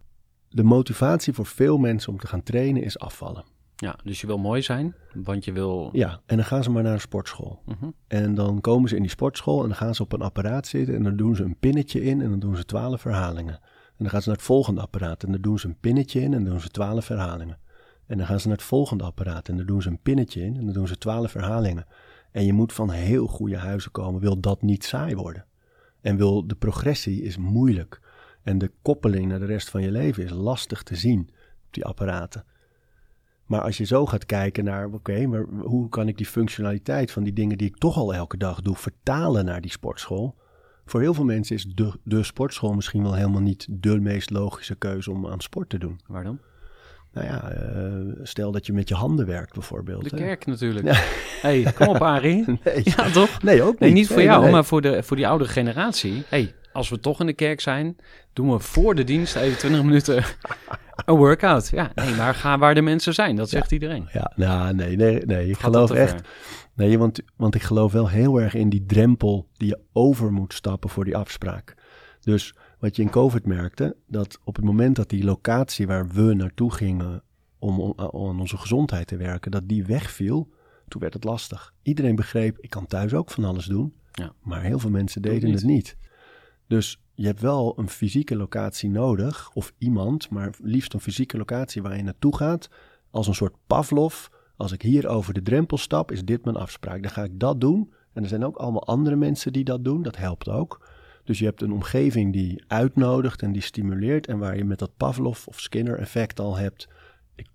de motivatie voor veel mensen om te gaan trainen is afvallen. Ja, dus je wil mooi zijn, want je wil... Ja, en dan gaan ze maar naar een sportschool. Uh-huh. En dan komen ze in die sportschool en dan gaan ze op een apparaat zitten en dan doen ze een pinnetje in en dan doen ze twaalf herhalingen. En dan gaan ze naar het volgende apparaat en dan doen ze een pinnetje in en dan doen ze twaalf herhalingen. En dan gaan ze naar het volgende apparaat en dan doen ze een pinnetje in en dan doen ze twaalf herhalingen. En je moet van heel goede huizen komen, wil dat niet saai worden. En wil de progressie is moeilijk. En de koppeling naar de rest van je leven is lastig te zien op die apparaten. Maar als je zo gaat kijken naar, oké, okay, maar hoe kan ik die functionaliteit van die dingen die ik toch al elke dag doe, vertalen naar die sportschool? Voor heel veel mensen is de, de sportschool misschien wel helemaal niet de meest logische keuze om aan sport te doen. Waarom? Nou ja, uh, stel dat je met je handen werkt bijvoorbeeld. De hè? kerk natuurlijk. Ja. Hey, kom op Arie. Nee. Ja, toch? Nee, ook niet. Nee, niet voor nee, jou, nee. maar voor de, voor die oudere generatie. Hey, als we toch in de kerk zijn, doen we voor de dienst even twintig minuten een workout. Ja, nee, maar ga waar de mensen zijn, dat zegt ja. iedereen. Ja, nou, nee, nee, nee. Ik geloof echt... Nee, want, want ik geloof wel heel erg in die drempel die je over moet stappen voor die afspraak. Dus wat je in COVID merkte, dat op het moment dat die locatie waar we naartoe gingen om aan onze gezondheid te werken, dat die wegviel, toen werd het lastig. Iedereen begreep, ik kan thuis ook van alles doen, ja. maar heel veel mensen deden niet. het niet. Dus je hebt wel een fysieke locatie nodig, of iemand, maar liefst een fysieke locatie waar je naartoe gaat, als een soort Pavlov. Als ik hier over de drempel stap, is dit mijn afspraak. Dan ga ik dat doen. En er zijn ook allemaal andere mensen die dat doen. Dat helpt ook. Dus je hebt een omgeving die uitnodigt en die stimuleert. En waar je met dat Pavlov of Skinner effect al hebt. Ik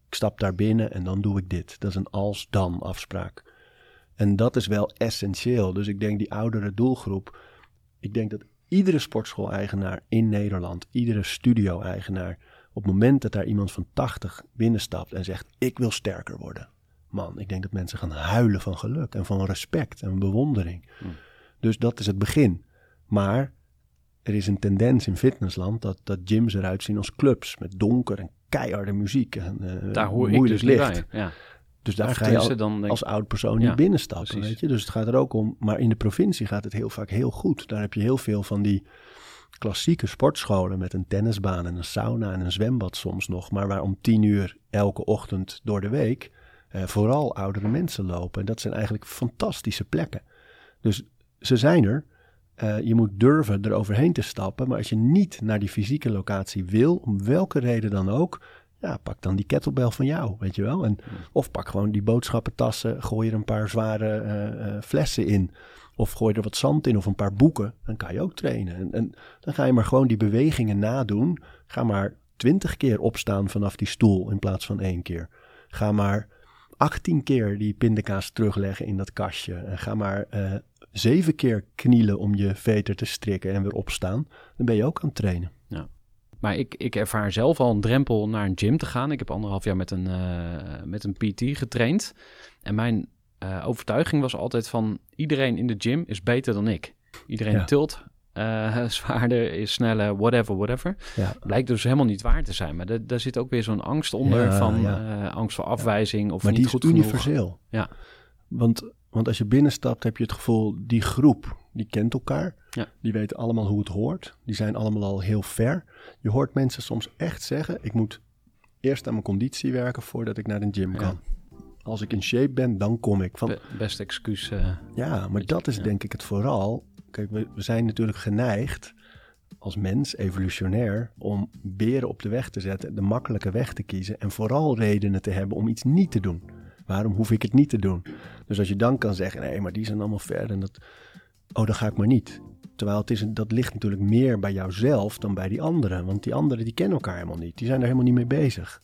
ik stap daar binnen en dan doe ik dit. Dat is een als-dan afspraak. En dat is wel essentieel. Dus ik denk die oudere doelgroep, ik denk dat iedere sportschool-eigenaar in Nederland, iedere studio-eigenaar, op het moment dat daar iemand van tachtig binnenstapt en zegt, ik wil sterker worden. Man, ik denk dat mensen gaan huilen van geluk en van respect en bewondering. Hmm. Dus dat is het begin. Maar er is een tendens in fitnessland dat, dat gyms eruit zien als clubs met donker en keiharde muziek. En, uh, daar hoor ik dus licht. Niet bij, ja. Dus daar ga je al, dan denk... als oud persoon ja, niet binnenstappen. Weet je? Dus het gaat er ook om, maar in de provincie gaat het heel vaak heel goed. Daar heb je heel veel van die klassieke sportscholen met een tennisbaan en een sauna en een zwembad soms nog. Maar waar om tien uur elke ochtend door de week uh, vooral oudere mensen lopen. En dat zijn eigenlijk fantastische plekken. Dus ze zijn er. Uh, je moet durven eroverheen te stappen. Maar als je niet naar die fysieke locatie wil, om welke reden dan ook, ja, pak dan die kettlebell van jou, weet je wel. En, of pak gewoon die boodschappentassen, gooi er een paar zware uh, uh, flessen in. Of gooi er wat zand in of een paar boeken. Dan kan je ook trainen. En, en dan ga je maar gewoon die bewegingen nadoen. Ga maar twintig keer opstaan vanaf die stoel in plaats van één keer. Ga maar achttien keer die pindakaas terugleggen in dat kastje. En ga maar uh, zeven keer knielen om je veter te strikken en weer opstaan. Dan ben je ook aan het trainen. Ja. Maar ik, ik ervaar zelf al een drempel naar een gym te gaan. Ik heb anderhalf jaar met een, uh, met een P T getraind. En mijn uh, overtuiging was altijd van, iedereen in de gym is beter dan ik. Iedereen ja. tilt uh, zwaarder, is sneller, whatever, whatever. Ja. Blijkt dus helemaal niet waar te zijn. Maar d- daar zit ook weer zo'n angst onder ja, van ja. Uh, angst voor afwijzing. Ja. Of maar niet die goed is universeel. Ja. Want, want als je binnenstapt heb je het gevoel, die groep, die kent elkaar. Ja. Die weten allemaal hoe het hoort. Die zijn allemaal al heel ver. Je hoort mensen soms echt zeggen, ik moet eerst aan mijn conditie werken voordat ik naar een gym kan. Ja. Als ik in shape ben, dan kom ik. Van, Be- best excuus. Uh, ja, maar dat is ja. denk ik het vooral. Kijk, we, we zijn natuurlijk geneigd als mens, evolutionair, om beren op de weg te zetten, de makkelijke weg te kiezen en vooral redenen te hebben om iets niet te doen. Waarom hoef ik het niet te doen? Dus als je dan kan zeggen, nee, maar die zijn allemaal ver en dat, oh, dan ga ik maar niet. Terwijl het is, dat ligt natuurlijk meer bij jouzelf dan bij die anderen. Want die anderen, die kennen elkaar helemaal niet. Die zijn er helemaal niet mee bezig.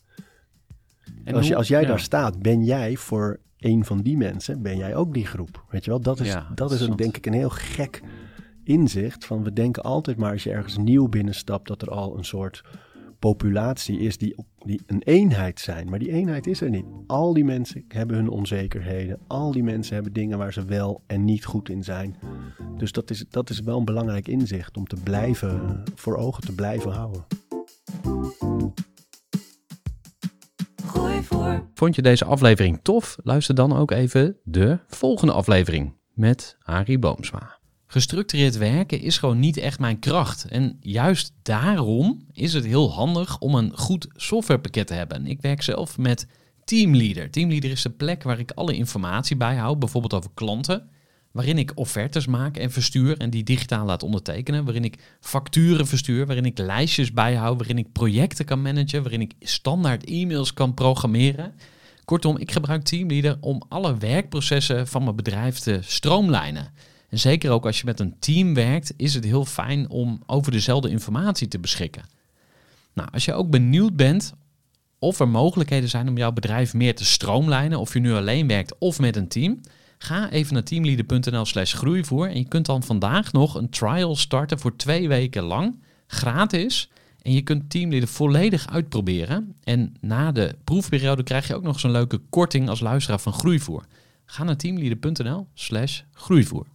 En als, je, als jij ja. daar staat, ben jij voor een van die mensen, ben jij ook die groep. Weet je wel, dat is, ja, dat is een, denk ik een heel gek inzicht. Van we denken altijd maar als je ergens nieuw binnenstapt, dat er al een soort populatie is die, die een eenheid zijn. Maar die eenheid is er niet. Al die mensen hebben hun onzekerheden. Al die mensen hebben dingen waar ze wel en niet goed in zijn. Dus dat is, dat is wel een belangrijk inzicht om te blijven, voor ogen te blijven houden. Gooi voor. Vond je deze aflevering tof? Luister dan ook even de volgende aflevering met Arie Boomsma. Gestructureerd werken is gewoon niet echt mijn kracht. En juist daarom is het heel handig om een goed softwarepakket te hebben. Ik werk zelf met Teamleader. Teamleader is de plek waar ik alle informatie bijhoud, bijvoorbeeld over klanten, waarin ik offertes maak en verstuur en die digitaal laat ondertekenen, waarin ik facturen verstuur, waarin ik lijstjes bijhoud, waarin ik projecten kan managen, waarin ik standaard e-mails kan programmeren. Kortom, ik gebruik Teamleader om alle werkprocessen van mijn bedrijf te stroomlijnen. En zeker ook als je met een team werkt, is het heel fijn om over dezelfde informatie te beschikken. Nou, als je ook benieuwd bent of er mogelijkheden zijn om jouw bedrijf meer te stroomlijnen, of je nu alleen werkt of met een team, ga even naar teamleader.nl slash groeivoer en je kunt dan vandaag nog een trial starten voor twee weken lang, gratis. En je kunt Teamleader volledig uitproberen. En na de proefperiode krijg je ook nog eens een leuke korting als luisteraar van Groeivoer. Ga naar teamleader.nl slash groeivoer.